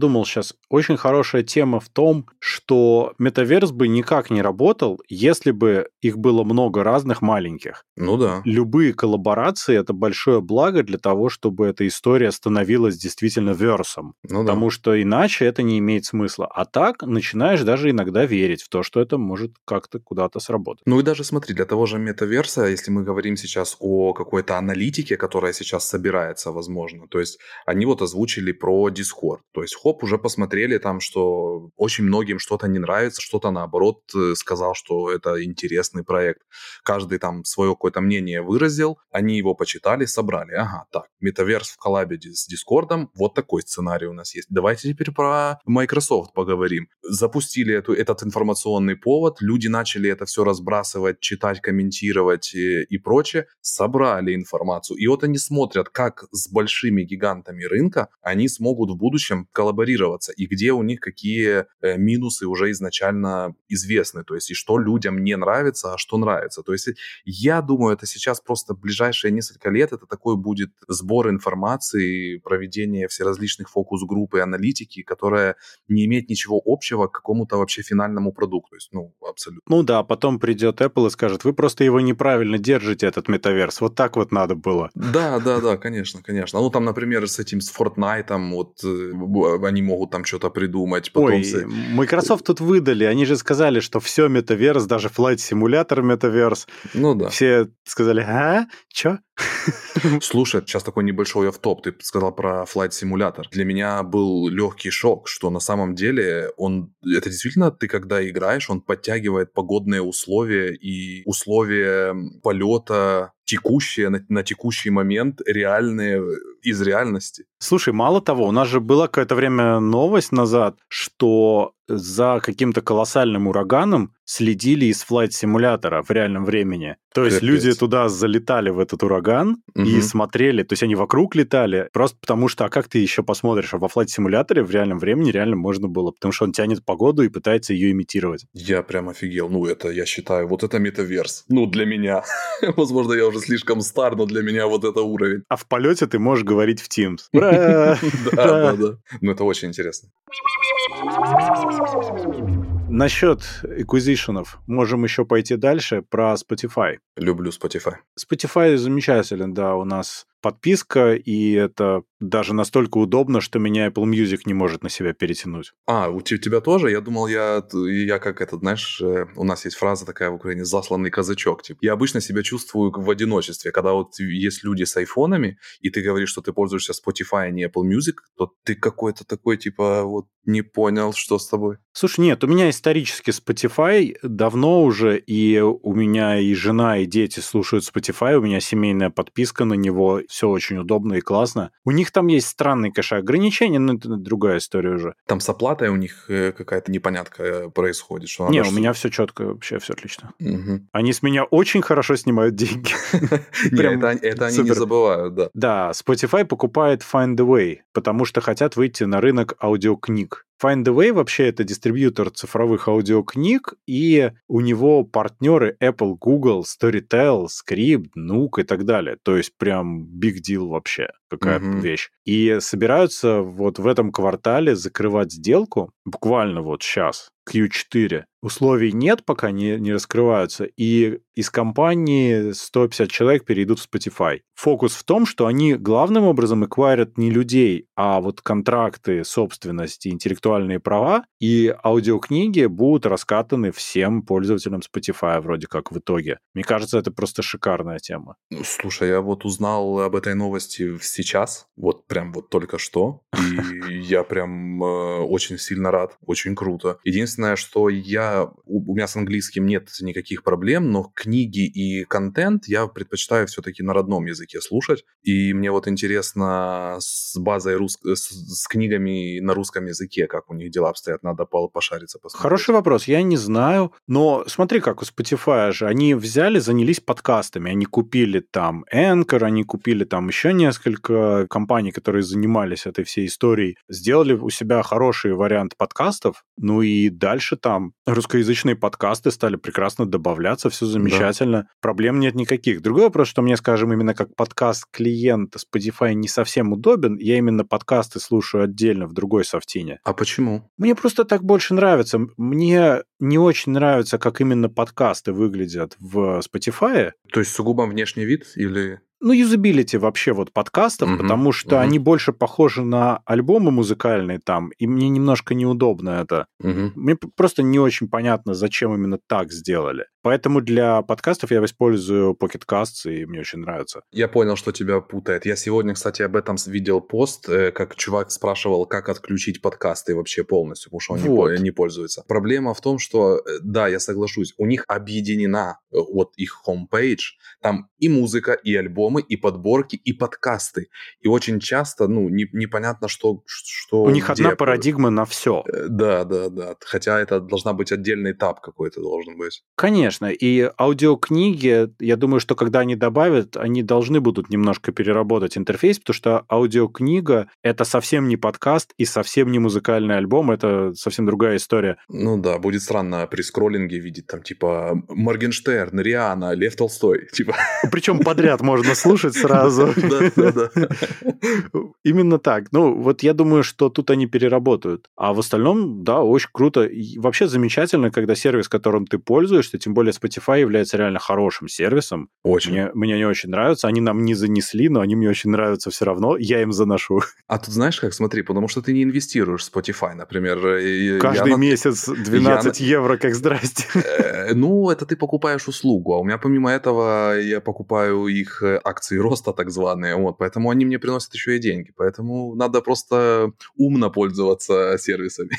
подумал сейчас, очень хорошая тема в том, что метаверс бы никак не работал, если бы их было много разных маленьких. Ну да. Любые коллаборации — это большое благо для того, чтобы эта история становилась действительно версом. Ну да. Потому что иначе это не имеет смысла. А так начинаешь даже иногда верить в то, что это может как-то куда-то сработать. Ну и даже смотри, для того же метаверса, если мы говорим сейчас о какой-то аналитике, которая сейчас собирается, возможно, то есть они вот озвучили про Discord, то есть хоп, уже посмотрели там, что очень многим что-то не нравится, что-то наоборот сказал, что это интересный проект. Каждый там свое какое-то мнение выразил, они его почитали, собрали. Ага, так, метаверс в коллабе с Дискордом, вот такой сценарий у нас есть. Давайте теперь про Microsoft поговорим. Запустили этот информационный повод, люди начали это все разбрасывать, читать, комментировать и прочее, собрали информацию. И вот они смотрят, как с большими гигантами рынка они смогут в будущем коллаборироваться, и где у них какие минусы уже изначально известны, то есть и что людям не нравится, а что нравится. То есть я думаю, это сейчас просто ближайшие несколько лет это такой будет сбор информации, проведение всеразличных фокус-групп и аналитики, которая не имеет ничего общего к какому-то вообще финальному продукту. То есть, абсолютно. Ну да, потом придет Apple и скажет, вы просто его неправильно держите, этот метаверс. Вот так вот надо было. Да, конечно. Ну, там, например, с Fortnite, вот они могут там что-то придумать. Потом Microsoft тут выдали, они же сказали, что все метаверс, даже Flight Simulator метаверс. Ну да. Все сказали, чё? Слушай, сейчас такой небольшой офф-топ. Ты сказал про Flight Simulator. Для меня был легкий шок, что на самом деле это действительно ты, когда играешь, он подтягивает погодные условия и условия полета текущие, на текущий момент, реальные из реальности. Слушай, мало того, у нас же была какое-то время новость назад, что за каким-то колоссальным ураганом следили из флайт-симулятора в реальном времени. То есть люди туда залетали в этот ураган и смотрели, то есть они вокруг летали, просто потому что, а как ты еще посмотришь? А во флайт-симуляторе в реальном времени реально можно было, потому что он тянет погоду и пытается ее имитировать. Я прям офигел. Это, я считаю, вот это метаверс. Для меня. Возможно, я уже слишком стар, но для меня вот это уровень. А в полете ты можешь говорить в Teams. Ура! Да. Это очень интересно. Насчет эквизишенов можем еще пойти дальше про Spotify. Люблю Spotify. Spotify замечателен, да, у нас подписка, и это даже настолько удобно, что меня Apple Music не может на себя перетянуть. У тебя тоже? Я думал, я как знаешь, у нас есть фраза такая в Украине, засланный казачок. Типа. Я обычно себя чувствую в одиночестве, когда вот есть люди с айфонами, и ты говоришь, что ты пользуешься Spotify, а не Apple Music, то ты какой-то такой, типа, вот не понял, что с тобой. Слушай, нет, у меня исторически Spotify давно уже, и у меня и жена, и дети слушают Spotify, у меня семейная подписка на него, все очень удобно и классно. У них там есть странные, конечно, ограничения, но это другая история уже. Там с оплатой у них какая-то непонятка происходит. Что не, у меня все четко, вообще все отлично. Угу. Они с меня очень хорошо снимают деньги. Это они не забывают, да. Да, Spotify покупает Find the Way, потому что хотят выйти на рынок аудиокниг. Find the Way вообще это дистрибьютор цифровых аудиокниг, и у него партнеры Apple, Google, Storytel, Scribd, Nook и так далее. То есть прям big deal вообще, какая вещь. И собираются вот в этом квартале закрывать сделку, буквально вот сейчас, Q4. Условий нет, пока не раскрываются, и из компании 150 человек перейдут в Spotify. Фокус в том, что они главным образом эквайрят не людей, а вот контракты, собственности, интеллектуальные права, и аудиокниги будут раскатаны всем пользователям Spotify вроде как в итоге. Мне кажется, это просто шикарная тема. Слушай, я вот узнал об этой новости сейчас, вот прям вот только что, и я прям очень сильно рад, очень круто. Единственное, что у меня с английским нет никаких проблем, но книги и контент я предпочитаю все-таки на родном языке слушать. И мне вот интересно с базой с книгами на русском языке, как у них дела обстоят, надо пошариться, посмотреть. Хороший вопрос, я не знаю, но смотри, как у Spotify же, они занялись подкастами, они купили там Anchor, они купили там еще несколько компаний, которые занимались этой всей историей, сделали у себя хороший вариант подкастов, ну и дальше там русскоязычные подкасты стали прекрасно добавляться, все замечательно, проблем нет никаких. Другой вопрос, что мне, скажем, именно как подкаст-клиент Spotify не совсем удобен, я именно подкасты слушаю отдельно в другой софтине. А почему? Мне просто так больше нравится. Мне не очень нравится, как именно подкасты выглядят в Spotify. То есть сугубо внешний вид или... Ну, юзабилити вообще вот подкастов, потому что они больше похожи на альбомы музыкальные там, и мне немножко неудобно это. Мне просто не очень понятно, зачем именно так сделали. Поэтому для подкастов я использую Pocket Casts, и мне очень нравится. Я понял, что тебя путает. Я сегодня, кстати, об этом видел пост, как чувак спрашивал, как отключить подкасты вообще полностью, потому что он не пользуется. Проблема в том, что, да, я соглашусь, у них объединена вот их homepage, там и музыка, и альбомы, и подборки, и подкасты. И очень часто, непонятно, что у них одна парадигма на все. Да. Хотя это должна быть отдельный этап какой-то должен быть. Конечно. И аудиокниги, я думаю, что когда они добавят, они должны будут немножко переработать интерфейс, потому что аудиокнига — это совсем не подкаст и совсем не музыкальный альбом, это совсем другая история. Ну да, будет странно при скроллинге видеть там типа Моргенштерн, Риhanna, Лев Толстой. Типа. Причем подряд можно слушать сразу. Да. Именно так. Ну, вот я думаю, что тут они переработают. А в остальном, да, очень круто. И вообще замечательно, когда сервис, которым ты пользуешься, тем более Spotify является реально хорошим сервисом. Очень. Мне не очень нравится. Они нам не занесли, но они мне очень нравятся все равно. Я им заношу. А тут знаешь как, смотри, потому что ты не инвестируешь в Spotify, например. Каждый месяц 12 евро, как здрасте. Ну, это ты покупаешь услугу, а у меня помимо этого я покупаю их акции роста так званые, вот, поэтому они мне приносят еще и деньги, поэтому надо просто умно пользоваться сервисами.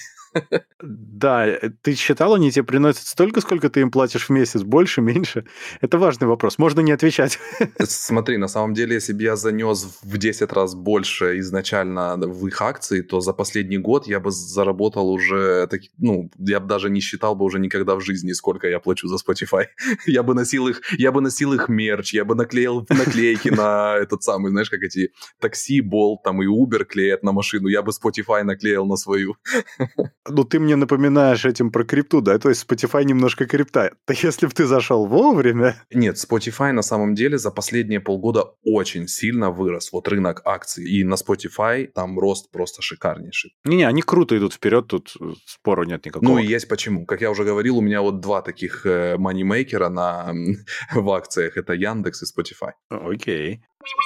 Да, ты считал, они тебе приносят столько, сколько ты им платишь в месяц? Больше, меньше? Это важный вопрос, можно не отвечать. Смотри, на самом деле, если бы я занес в 10 раз больше изначально в их акции, то за последний год я бы заработал уже, я бы даже не считал бы уже никогда в жизни, сколько я плачу за Spotify. Я бы носил их мерч, я бы наклеил наклейки на этот самый, знаешь, как эти такси, Bolt там и Uber клеят на машину, я бы Spotify наклеил на свою. Ну, ты мне напоминаешь этим про крипту, да? То есть Spotify немножко крипта. Да если бы ты зашел вовремя... Нет, Spotify на самом деле за последние полгода очень сильно вырос. Вот рынок акций. И на Spotify там рост просто шикарнейший. Не-не, они круто идут вперед, тут спору нет никакого. Ну и есть почему. Как я уже говорил, у меня вот два таких манимейкера в акциях. Это Яндекс и Spotify. Окей.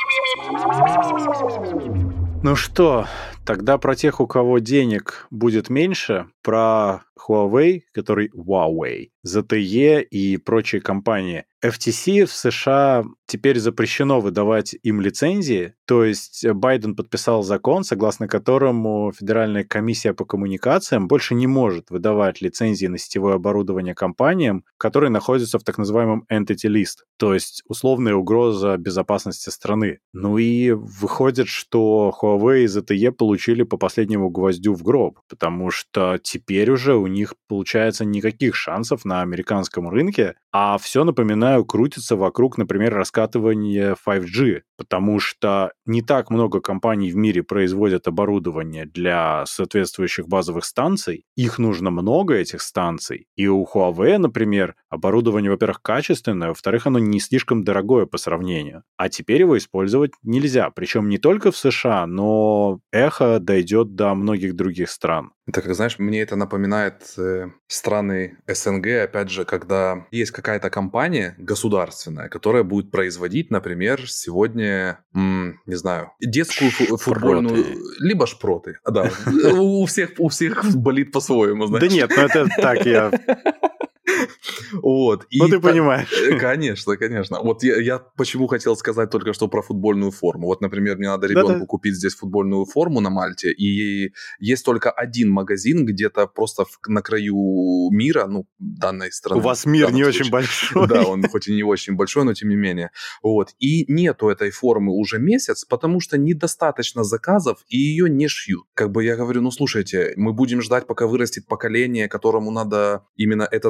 Ну что, тогда про тех, у кого денег будет меньше, про Huawei, который Huawei, ZTE и прочие компании. FTC в США теперь запрещено выдавать им лицензии, то есть Байден подписал закон, согласно которому Федеральная комиссия по коммуникациям больше не может выдавать лицензии на сетевое оборудование компаниям, которые находятся в так называемом Entity List, то есть условная угроза безопасности страны. Ну и выходит, что Huawei и ZTE получили по последнему гвоздю в гроб, потому что теперь уже у них получается никаких шансов на американском рынке, а все, напоминаю, крутится вокруг, например, раскатывания 5G, потому что не так много компаний в мире производят оборудование для соответствующих базовых станций. Их нужно много, этих станций. И у Huawei, например, оборудование, во-первых, качественное, во-вторых, оно не слишком дорогое по сравнению. А теперь его использовать нельзя. Причем не только в США, но эхо дойдет до многих других стран. Это, как знаешь, мне это напоминает страны СНГ, опять же, когда есть какая-то компания государственная, которая будет производить, например, сегодня, не знаю, детскую футбольную... Либо шпроты. Да, у всех болит по-своему, знаешь. Да нет, ну это так я... Вот. Ну, ты понимаешь. Конечно. Вот я почему хотел сказать только что про футбольную форму. Вот, например, мне надо ребенку купить здесь футбольную форму на Мальте, и есть только один магазин где-то просто на краю мира, данной страны. У вас мир не очень большой. Да, он хоть и не очень большой, но тем не менее. Вот. И нету этой формы уже месяц, потому что недостаточно заказов, и ее не шьют. Как бы я говорю, слушайте, мы будем ждать, пока вырастет поколение, которому надо именно этот размер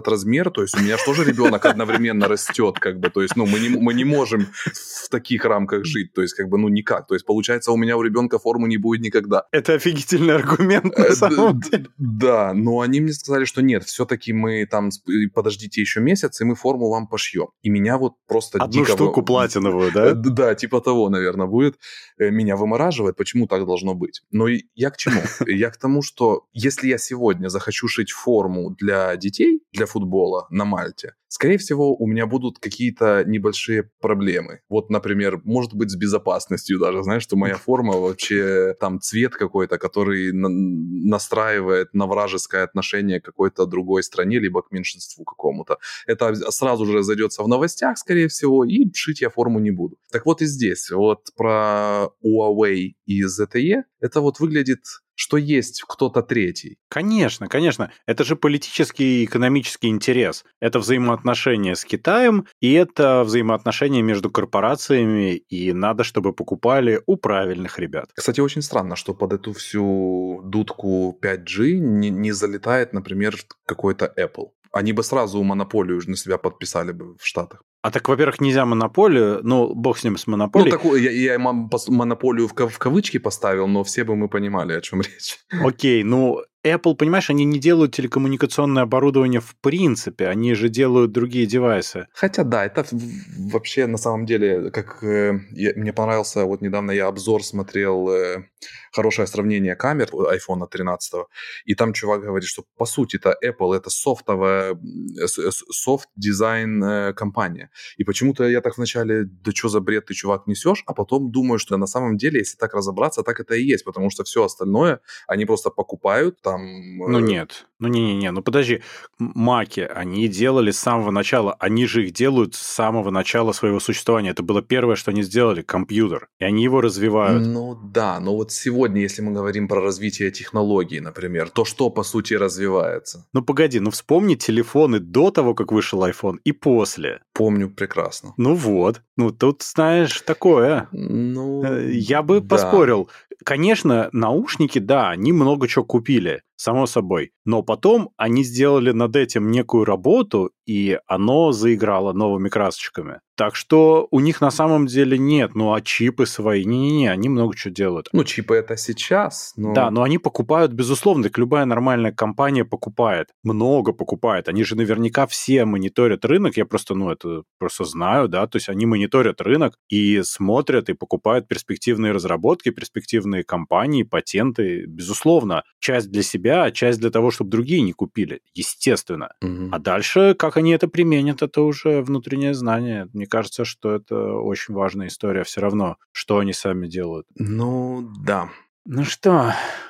пример, то есть у меня же тоже ребенок одновременно растет, как бы, то есть, ну, мы не можем в таких рамках жить, то есть, как бы, ну, никак, то есть, получается, у меня у ребенка формы не будет никогда. Это офигительный аргумент на самом деле. Да, но они мне сказали, что нет, все-таки мы там, подождите еще месяц, и мы форму вам пошьем. И меня вот просто Одну дико... штуку платиновую, да? Да, типа того, наверное, будет. Меня вымораживает, почему так должно быть. Но я к чему? Я к тому, что если я сегодня захочу шить форму для детей, для футбола на Мальте, скорее всего, у меня будут какие-то небольшие проблемы. Вот, например, может быть, с безопасностью даже, знаешь, что моя форма вообще там цвет какой-то, который настраивает на вражеское отношение к какой-то другой стране, либо к меньшинству какому-то. Это сразу же зайдется в новостях, скорее всего, и шить я форму не буду. Так вот и здесь, вот про Huawei и ZTE, это вот выглядит, что есть кто-то третий. Конечно, конечно. Это же политический и экономический интерес. Это взаимоотношения с Китаем, и это взаимоотношения между корпорациями, и надо, чтобы покупали у правильных ребят. Кстати, очень странно, что под эту всю дудку 5G не залетает, например, какой-то Apple. Они бы сразу монополию на себя подписали бы в Штатах. А так, во-первых, нельзя монополию, ну, бог с ним, с монополией. Ну, такую, я монополию в кавычки поставил, но все бы мы понимали, о чем речь. Окей, ну, Apple, понимаешь, они не делают телекоммуникационное оборудование в принципе, они же делают другие девайсы. Хотя да, это вообще на самом деле, как мне понравился, вот недавно я обзор смотрел, хорошее сравнение камер iPhone 13, и там чувак говорит, что по сути-то Apple это софт-дизайн компания. И почему-то я так вначале, да что за бред ты, чувак, несешь, а потом думаю, что на самом деле, если так разобраться, так это и есть, потому что все остальное они просто покупают там. Ну нет, ну подожди, маки они делали с самого начала, они же их делают с самого начала своего существования, это было первое, что они сделали, компьютер, и они его развивают. Ну да, но вот сегодня, если мы говорим про развитие технологий, например, то что по сути развивается? Ну погоди, ну вспомни телефоны до того, как вышел iPhone, и после. Помню прекрасно. Ну вот, ну тут, знаешь, такое. Ну, я бы да. поспорил. Конечно, наушники, да, они много чего купили, само собой. Но потом они сделали над этим некую работу, и оно заиграло новыми красочками. Так что у них на самом деле нет, ну а чипы свои, не-не-не, они много чего делают. Ну, чипы это сейчас, но... Да, но они покупают, безусловно, так любая нормальная компания покупает, много покупает. Они же наверняка все мониторят рынок, я просто, ну, это просто знаю, да, то есть они мониторят рынок и смотрят и покупают перспективные разработки, перспективные компании, патенты, безусловно. Часть для себя, а часть для того, чтобы другие не купили, естественно. Угу. А дальше, как они это применят, это уже внутреннее знание. Мне кажется, что это очень важная история все равно, что они сами делают. Ну, да. Ну что...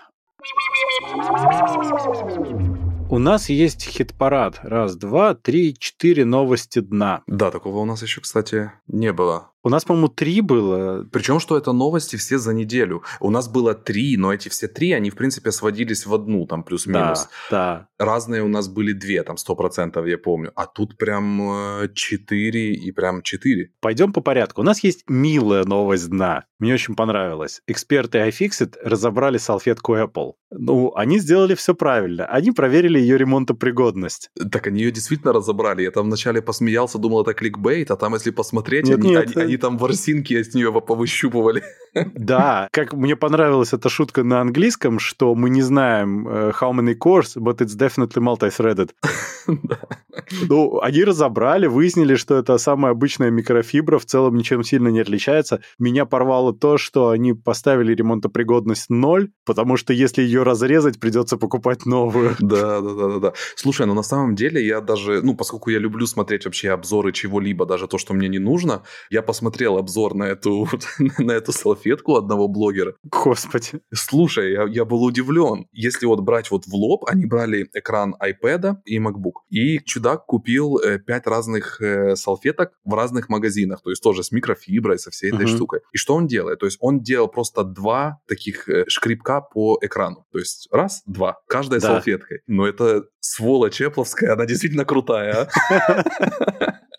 У нас есть хит-парад. Раз, два, три, 4 новости дна. Да, такого у нас еще, кстати, не было. У нас, по-моему, 3 было. Причем, что это новости все за неделю. У нас было 3, но эти все 3, они, в принципе, сводились в одну, там, плюс-минус. Да. Разные у нас были 2, там, 100%, я помню. А тут прям 4 и прям 4. Пойдем по порядку. У нас есть милая новость дна. Мне очень понравилось. Эксперты iFixit разобрали салфетку Apple. Ну, они сделали все правильно. Они проверили ее ремонтопригодность. Так они ее действительно разобрали. Я там вначале посмеялся, думал, это кликбейт, а там, если посмотреть, Нет. они там ворсинки с нее повыщупывали. Да, как мне понравилась эта шутка на английском, что мы не знаем how many cores, but it's definitely multi-threaded. Ну, они разобрали, выяснили, что это самая обычная микрофибра, в целом ничем сильно не отличается. Меня порвало то, что они поставили ремонтопригодность 0, потому что если ее разрезать, придется покупать новую. Да. Слушай, ну на самом деле я даже, ну поскольку я люблю смотреть вообще обзоры чего-либо, даже то, что мне не нужно, я посмотрел обзор на эту салфетку одного блогера. Господи. Слушай, я был удивлен. Если вот брать вот в лоб, они брали экран iPad и MacBook. И чудак купил 5 разных салфеток в разных магазинах, то есть тоже с микрофиброй, со всей этой штукой. И что он делает? То есть он делал просто 2 таких шкребка по экрану. То есть раз, 2, каждой салфеткой. Но это сволочь эпловская, она действительно крутая, а?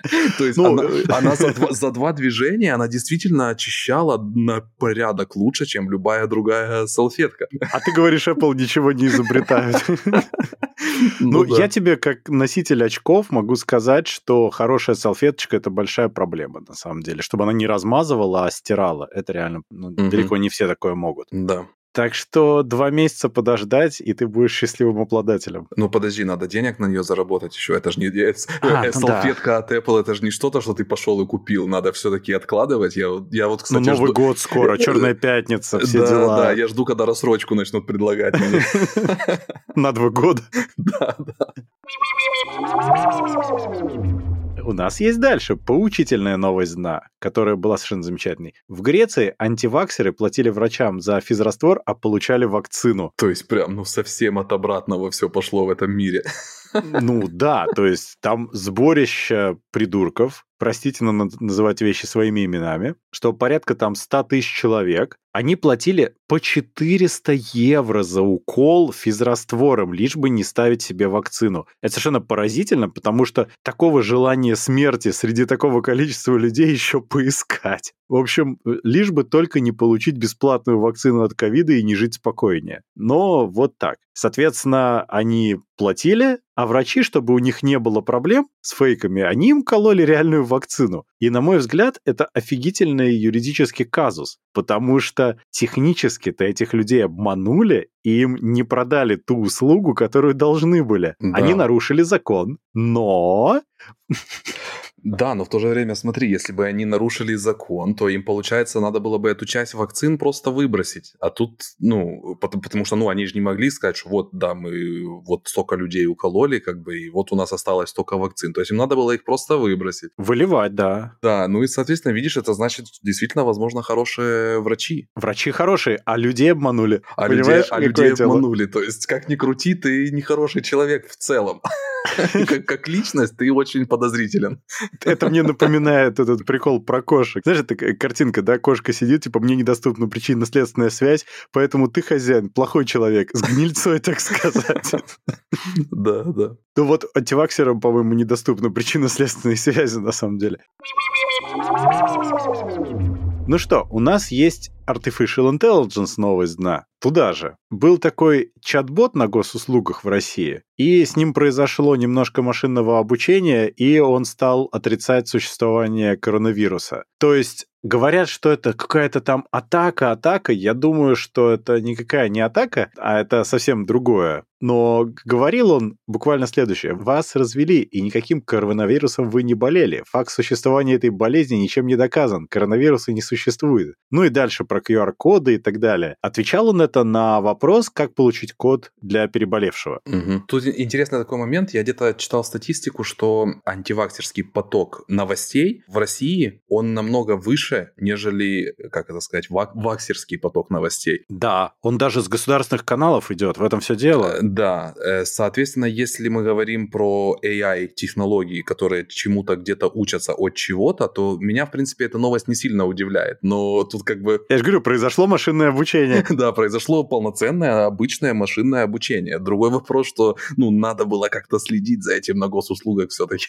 То есть она за 2 движения, она действительно очищала на порядок лучше, чем любая другая салфетка. А ты говоришь, Apple ничего не изобретают. Ну, я тебе, как носитель очков, могу сказать, что хорошая салфеточка – это большая проблема, на самом деле. Чтобы она не размазывала, а стирала. Это реально, далеко не все такое могут. Да. Так что 2 месяца подождать, и ты будешь счастливым обладателем. Ну, подожди, надо денег на нее заработать еще. Это же не салфетка от Apple, это же не что-то, что ты пошел и купил. Надо все-таки откладывать. Я вот, кстати, Новый год скоро, Черная пятница, все дела. Да, я жду, когда рассрочку начнут предлагать мне. На 2 года? Да. У нас есть дальше поучительная новость дна, которая была совершенно замечательной. В Греции антиваксеры платили врачам за физраствор, а получали вакцину. То есть прям, совсем от обратного все пошло в этом мире. Ну да, то есть там сборище придурков, простите, но называть вещи своими именами, что порядка там 100 тысяч человек, они платили по 400 евро за укол физраствором, лишь бы не ставить себе вакцину. Это совершенно поразительно, потому что такого желания смерти среди такого количества людей еще поискать. В общем, лишь бы только не получить бесплатную вакцину от ковида и не жить спокойнее. Но вот так. Соответственно, они платили, а врачи, чтобы у них не было проблем с фейками, они им кололи реальную вакцину. И, на мой взгляд, это офигительный юридический казус, потому что технически-то этих людей обманули, и им не продали ту услугу, которую должны были. Да. Они нарушили закон, но... Да, но в то же время, смотри, если бы они нарушили закон, то им, получается, надо было бы эту часть вакцин просто выбросить. А тут, потому что, они же не могли сказать, что вот, да, мы вот столько людей укололи, и вот у нас осталось столько вакцин. То есть им надо было их просто выбросить. Выливать, да. Да, и, соответственно, видишь, это значит, действительно, возможно, хорошие врачи. Врачи хорошие, а людей обманули. А людей обманули. То есть, как ни крути, ты нехороший человек в целом. Как личность ты очень подозрителен. Это мне напоминает этот прикол про кошек. Знаешь, это картинка, да, кошка сидит, типа, мне недоступна причинно-следственная связь, поэтому ты хозяин, плохой человек, с гнильцой, так сказать. Да. Ну вот антиваксерам, по-моему, недоступна причинно-следственные связи, на самом деле. Ну что, у нас есть Artificial Intelligence новость дна. Туда же. Был такой чат-бот на госуслугах в России, и с ним произошло немножко машинного обучения, и он стал отрицать существование коронавируса. То есть говорят, что это какая-то там атака. Я думаю, что это никакая не атака, а это совсем другое. Но говорил он буквально следующее. Вас развели, и никаким коронавирусом вы не болели. Факт существования этой болезни ничем не доказан. Коронавируса не существует. Ну и дальше про QR-коды и так далее. Отвечал он это на вопрос, как получить код для переболевшего. Угу. Тут интересный такой момент. Я где-то читал статистику, что антиваксерский поток новостей в России, он намного выше, нежели, как это сказать, ваксерский поток новостей. Да, он даже с государственных каналов идет, в этом все дело. Да, соответственно, если мы говорим про AI-технологии, которые чему-то где-то учатся от чего-то, то меня, в принципе, эта новость не сильно удивляет. Но тут Я же говорю, произошло машинное обучение. Да, произошло полноценное обычное машинное обучение. Другой вопрос, что, надо было как-то следить за этим на госуслугах все-таки.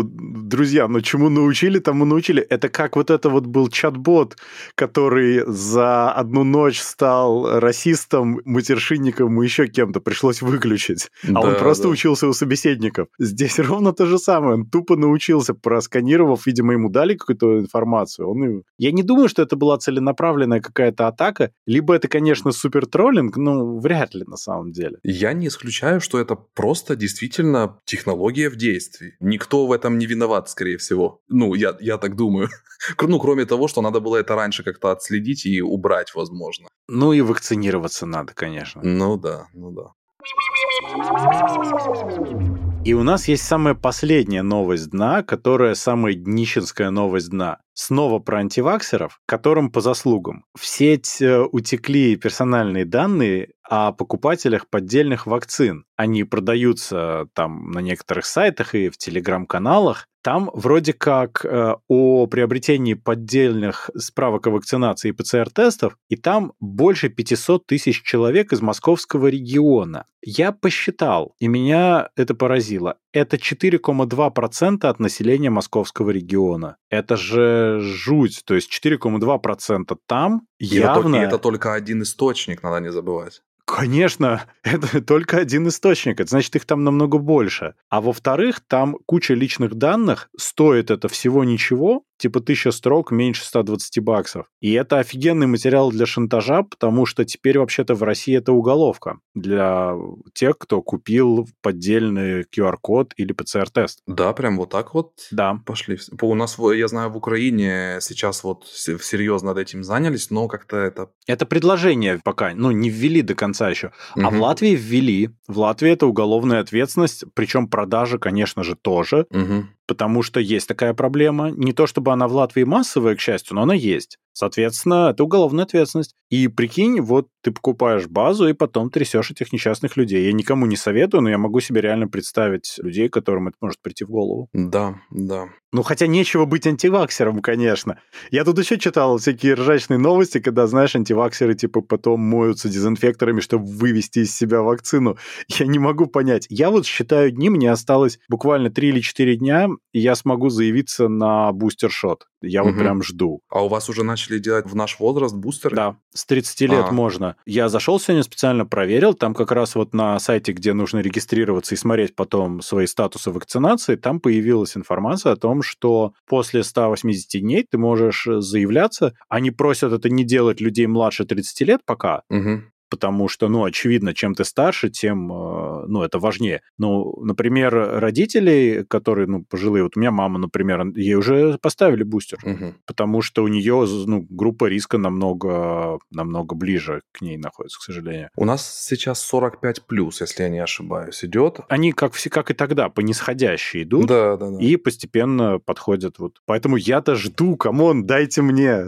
Друзья, чему научили, тому научили. Это как вот это вот был чат-бот, который за одну ночь стал расистом, матершинником и еще кем-то. Пришлось выключить. А он просто учился у собеседников. Здесь ровно то же самое. Он тупо научился, просканировав, видимо, ему дали какую-то информацию. Я не думаю, что это была целенаправленная какая-то атака. Либо это, конечно, супер-троллинг, но вряд ли на самом деле. Я не исключаю, что это просто действительно технология в действии. Никто в этом не виноват, скорее всего. Я так думаю. Кроме того, что надо было это раньше как-то отследить и убрать, возможно. И вакцинироваться надо, конечно. Да. И у нас есть самая последняя новость дна, которая самая днищенская новость дна. снова про антиваксеров, которым по заслугам. В сеть утекли персональные данные о покупателях поддельных вакцин. Они продаются там на некоторых сайтах и в телеграм-каналах. Там вроде как о приобретении поддельных справок о вакцинации и ПЦР-тестов, и там больше 500 тысяч человек из московского региона. Я посчитал, и меня это поразило. Это 4,2% от населения московского региона. Это же жуть. То есть 4,2% там явно... И это только один источник, надо не забывать. Конечно, это только один источник, это значит, их там намного больше. А во-вторых, там куча личных данных, стоит это всего ничего, типа 1000 строк, меньше 120 баксов. И это офигенный материал для шантажа, потому что теперь вообще-то в России это уголовка для тех, кто купил поддельный QR-код или ПЦР-тест. Да, прям вот так вот пошли. У нас, я знаю, в Украине сейчас вот всерьез над этим занялись, но как-то это... Это предложение пока, не ввели до конца еще. А в Латвии ввели. В Латвии это уголовная ответственность, причем продажа, конечно же, тоже. Потому что есть такая проблема. Не то чтобы она в Латвии массовая, к счастью, но она есть. Соответственно, это уголовная ответственность. И прикинь, вот ты покупаешь базу, и потом трясешь этих несчастных людей. Я никому не советую, но я могу себе реально представить людей, которым это может прийти в голову. Да. Хотя нечего быть антиваксером, конечно. Я тут еще читал всякие ржачные новости, когда, знаешь, антиваксеры типа потом моются дезинфекторами, чтобы вывести из себя вакцину. Я не могу понять. Я вот считаю дни, мне осталось буквально 3 или 4 дня, и я смогу заявиться на бустер-шот. Я вот прям жду. А у вас уже начали делать в наш возраст бустеры? Да, с 30 лет можно. Я зашел сегодня, специально проверил, там как раз вот на сайте, где нужно регистрироваться и смотреть потом свои статусы вакцинации, там появилась информация о том, что после 180 дней ты можешь заявляться. Они просят это не делать людей младше 30 лет пока, потому что, очевидно, чем ты старше, тем, это важнее. Например, родителей, которые, пожилые, вот у меня мама, например, ей уже поставили бустер, потому что у нее, группа риска намного ближе к ней находится, к сожалению. У нас сейчас 45+, если я не ошибаюсь, идет. Они, как и тогда, по нисходящей идут, да. И постепенно подходят. Вот. Поэтому я-то жду, камон, дайте мне.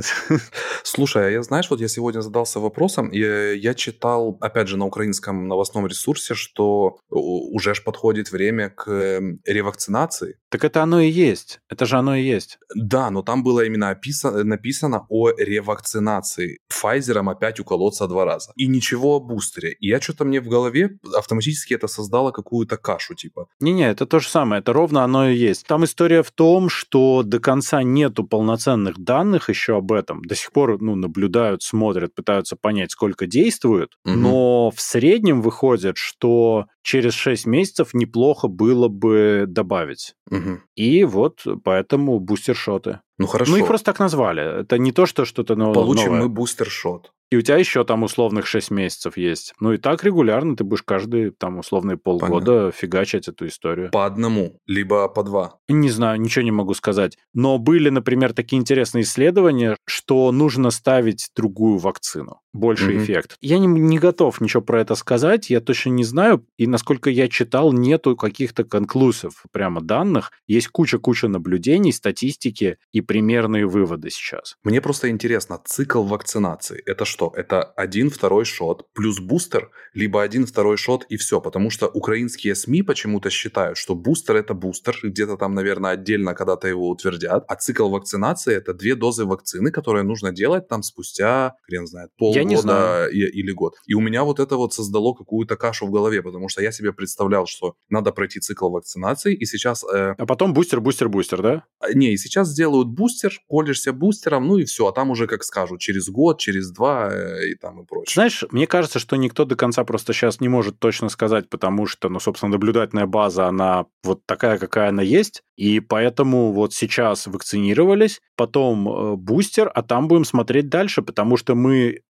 Слушай, я сегодня задался вопросом, я читал, опять же, на украинском новостном ресурсе, что уже ж подходит время к ревакцинации. Так это оно и есть. Это же оно и есть. Да, но там было именно написано о ревакцинации. Pfizer'ом опять уколоться 2 раза. И ничего о бустере. И мне в голове автоматически это создало какую-то кашу, типа. Не-не, это то же самое. Это ровно оно и есть. Там история в том, что до конца нету полноценных данных еще об этом. До сих пор, наблюдают, смотрят, пытаются понять, сколько действует. Но в среднем выходит, что через 6 месяцев неплохо было бы добавить. И вот поэтому бустер-шоты. Хорошо. Их просто так назвали. Это не то, что что-то новое. Получим мы бустер-шот. И у тебя еще там условных 6 месяцев есть. И так регулярно ты будешь каждые там условные полгода фигачить эту историю. По одному, либо по 2. Не знаю, ничего не могу сказать. Но были, например, такие интересные исследования, что нужно ставить другую вакцину. Больше эффект. Я не готов ничего про это сказать, я точно не знаю. И насколько я читал, нету каких-то конклюзив прямо данных. Есть куча наблюдений, статистики и примерные выводы сейчас. Мне просто интересно, цикл вакцинации – это что? Это 1-2 шот плюс бустер, либо 1-2 шот и все? Потому что украинские СМИ почему-то считают, что бустер – это бустер, где-то там, наверное, отдельно когда-то его утвердят, а цикл вакцинации – это 2 дозы вакцины, которые нужно делать там спустя, хрен знает, полгода или год. И у меня вот это вот создало какую-то кашу в голове, потому что я себе представлял, что надо пройти цикл вакцинации, и сейчас... А потом бустер, да? Не, и сейчас сделают бустер, колешься бустером, и все, а там уже, как скажут, через год, через 2 и там и прочее. Знаешь, мне кажется, что никто до конца просто сейчас не может точно сказать, потому что, собственно, наблюдательная база, она вот такая, какая она есть, и поэтому вот сейчас вакцинировались, потом бустер, а там будем смотреть дальше, потому что мы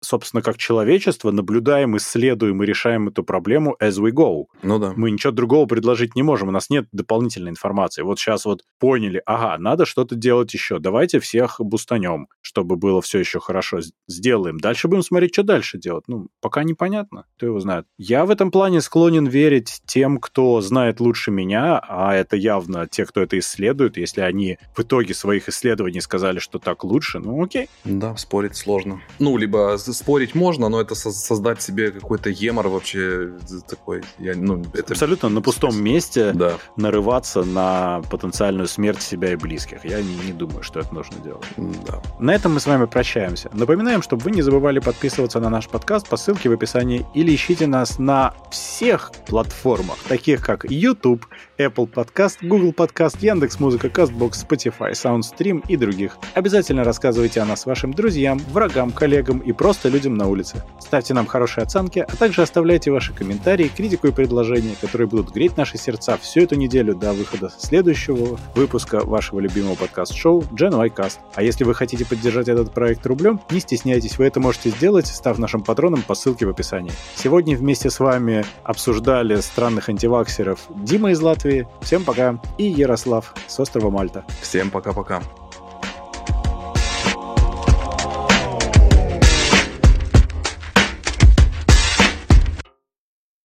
собственно, как человечество наблюдаем, исследуем и решаем эту проблему as we go. Ну да. Мы ничего другого предложить не можем, у нас нет дополнительной информации. Вот сейчас вот поняли, ага, надо что-то делать еще, давайте всех бустанем, чтобы было все еще хорошо, сделаем. Дальше будем смотреть, что дальше делать. Ну, пока непонятно, кто его знает. Я в этом плане склонен верить тем, кто знает лучше меня, а это явно те, кто это исследует. Если они в итоге своих исследований сказали, что так лучше, ну окей. Да, спорить сложно. Ну, либо спорить можно, но это создать себе какой-то емор вообще такой. Это... Абсолютно на пустом месте да. нарываться на потенциальную смерть себя и близких. Я не думаю, что это нужно делать. Да. На этом мы с вами прощаемся. Напоминаем, чтобы вы не забывали подписываться на наш подкаст по ссылке в описании или ищите нас на всех платформах, таких как YouTube, Apple Podcast, Google Podcast, Яндекс.Музыка, Castbox, Spotify, SoundStream и других. Обязательно рассказывайте о нас вашим друзьям, врагам, коллегам и просто людям на улице. Ставьте нам хорошие оценки, а также оставляйте ваши комментарии, критику и предложения, которые будут греть наши сердца всю эту неделю до выхода следующего выпуска вашего любимого подкаст-шоу Gen Y Cast. А если вы хотите поддержать этот проект рублем, не стесняйтесь, вы это можете сделать, став нашим патроном по ссылке в описании. Сегодня вместе с вами обсуждали странных антиваксеров Дима из Латвии, всем пока, и Ярослав с острова Мальта. Всем пока-пока.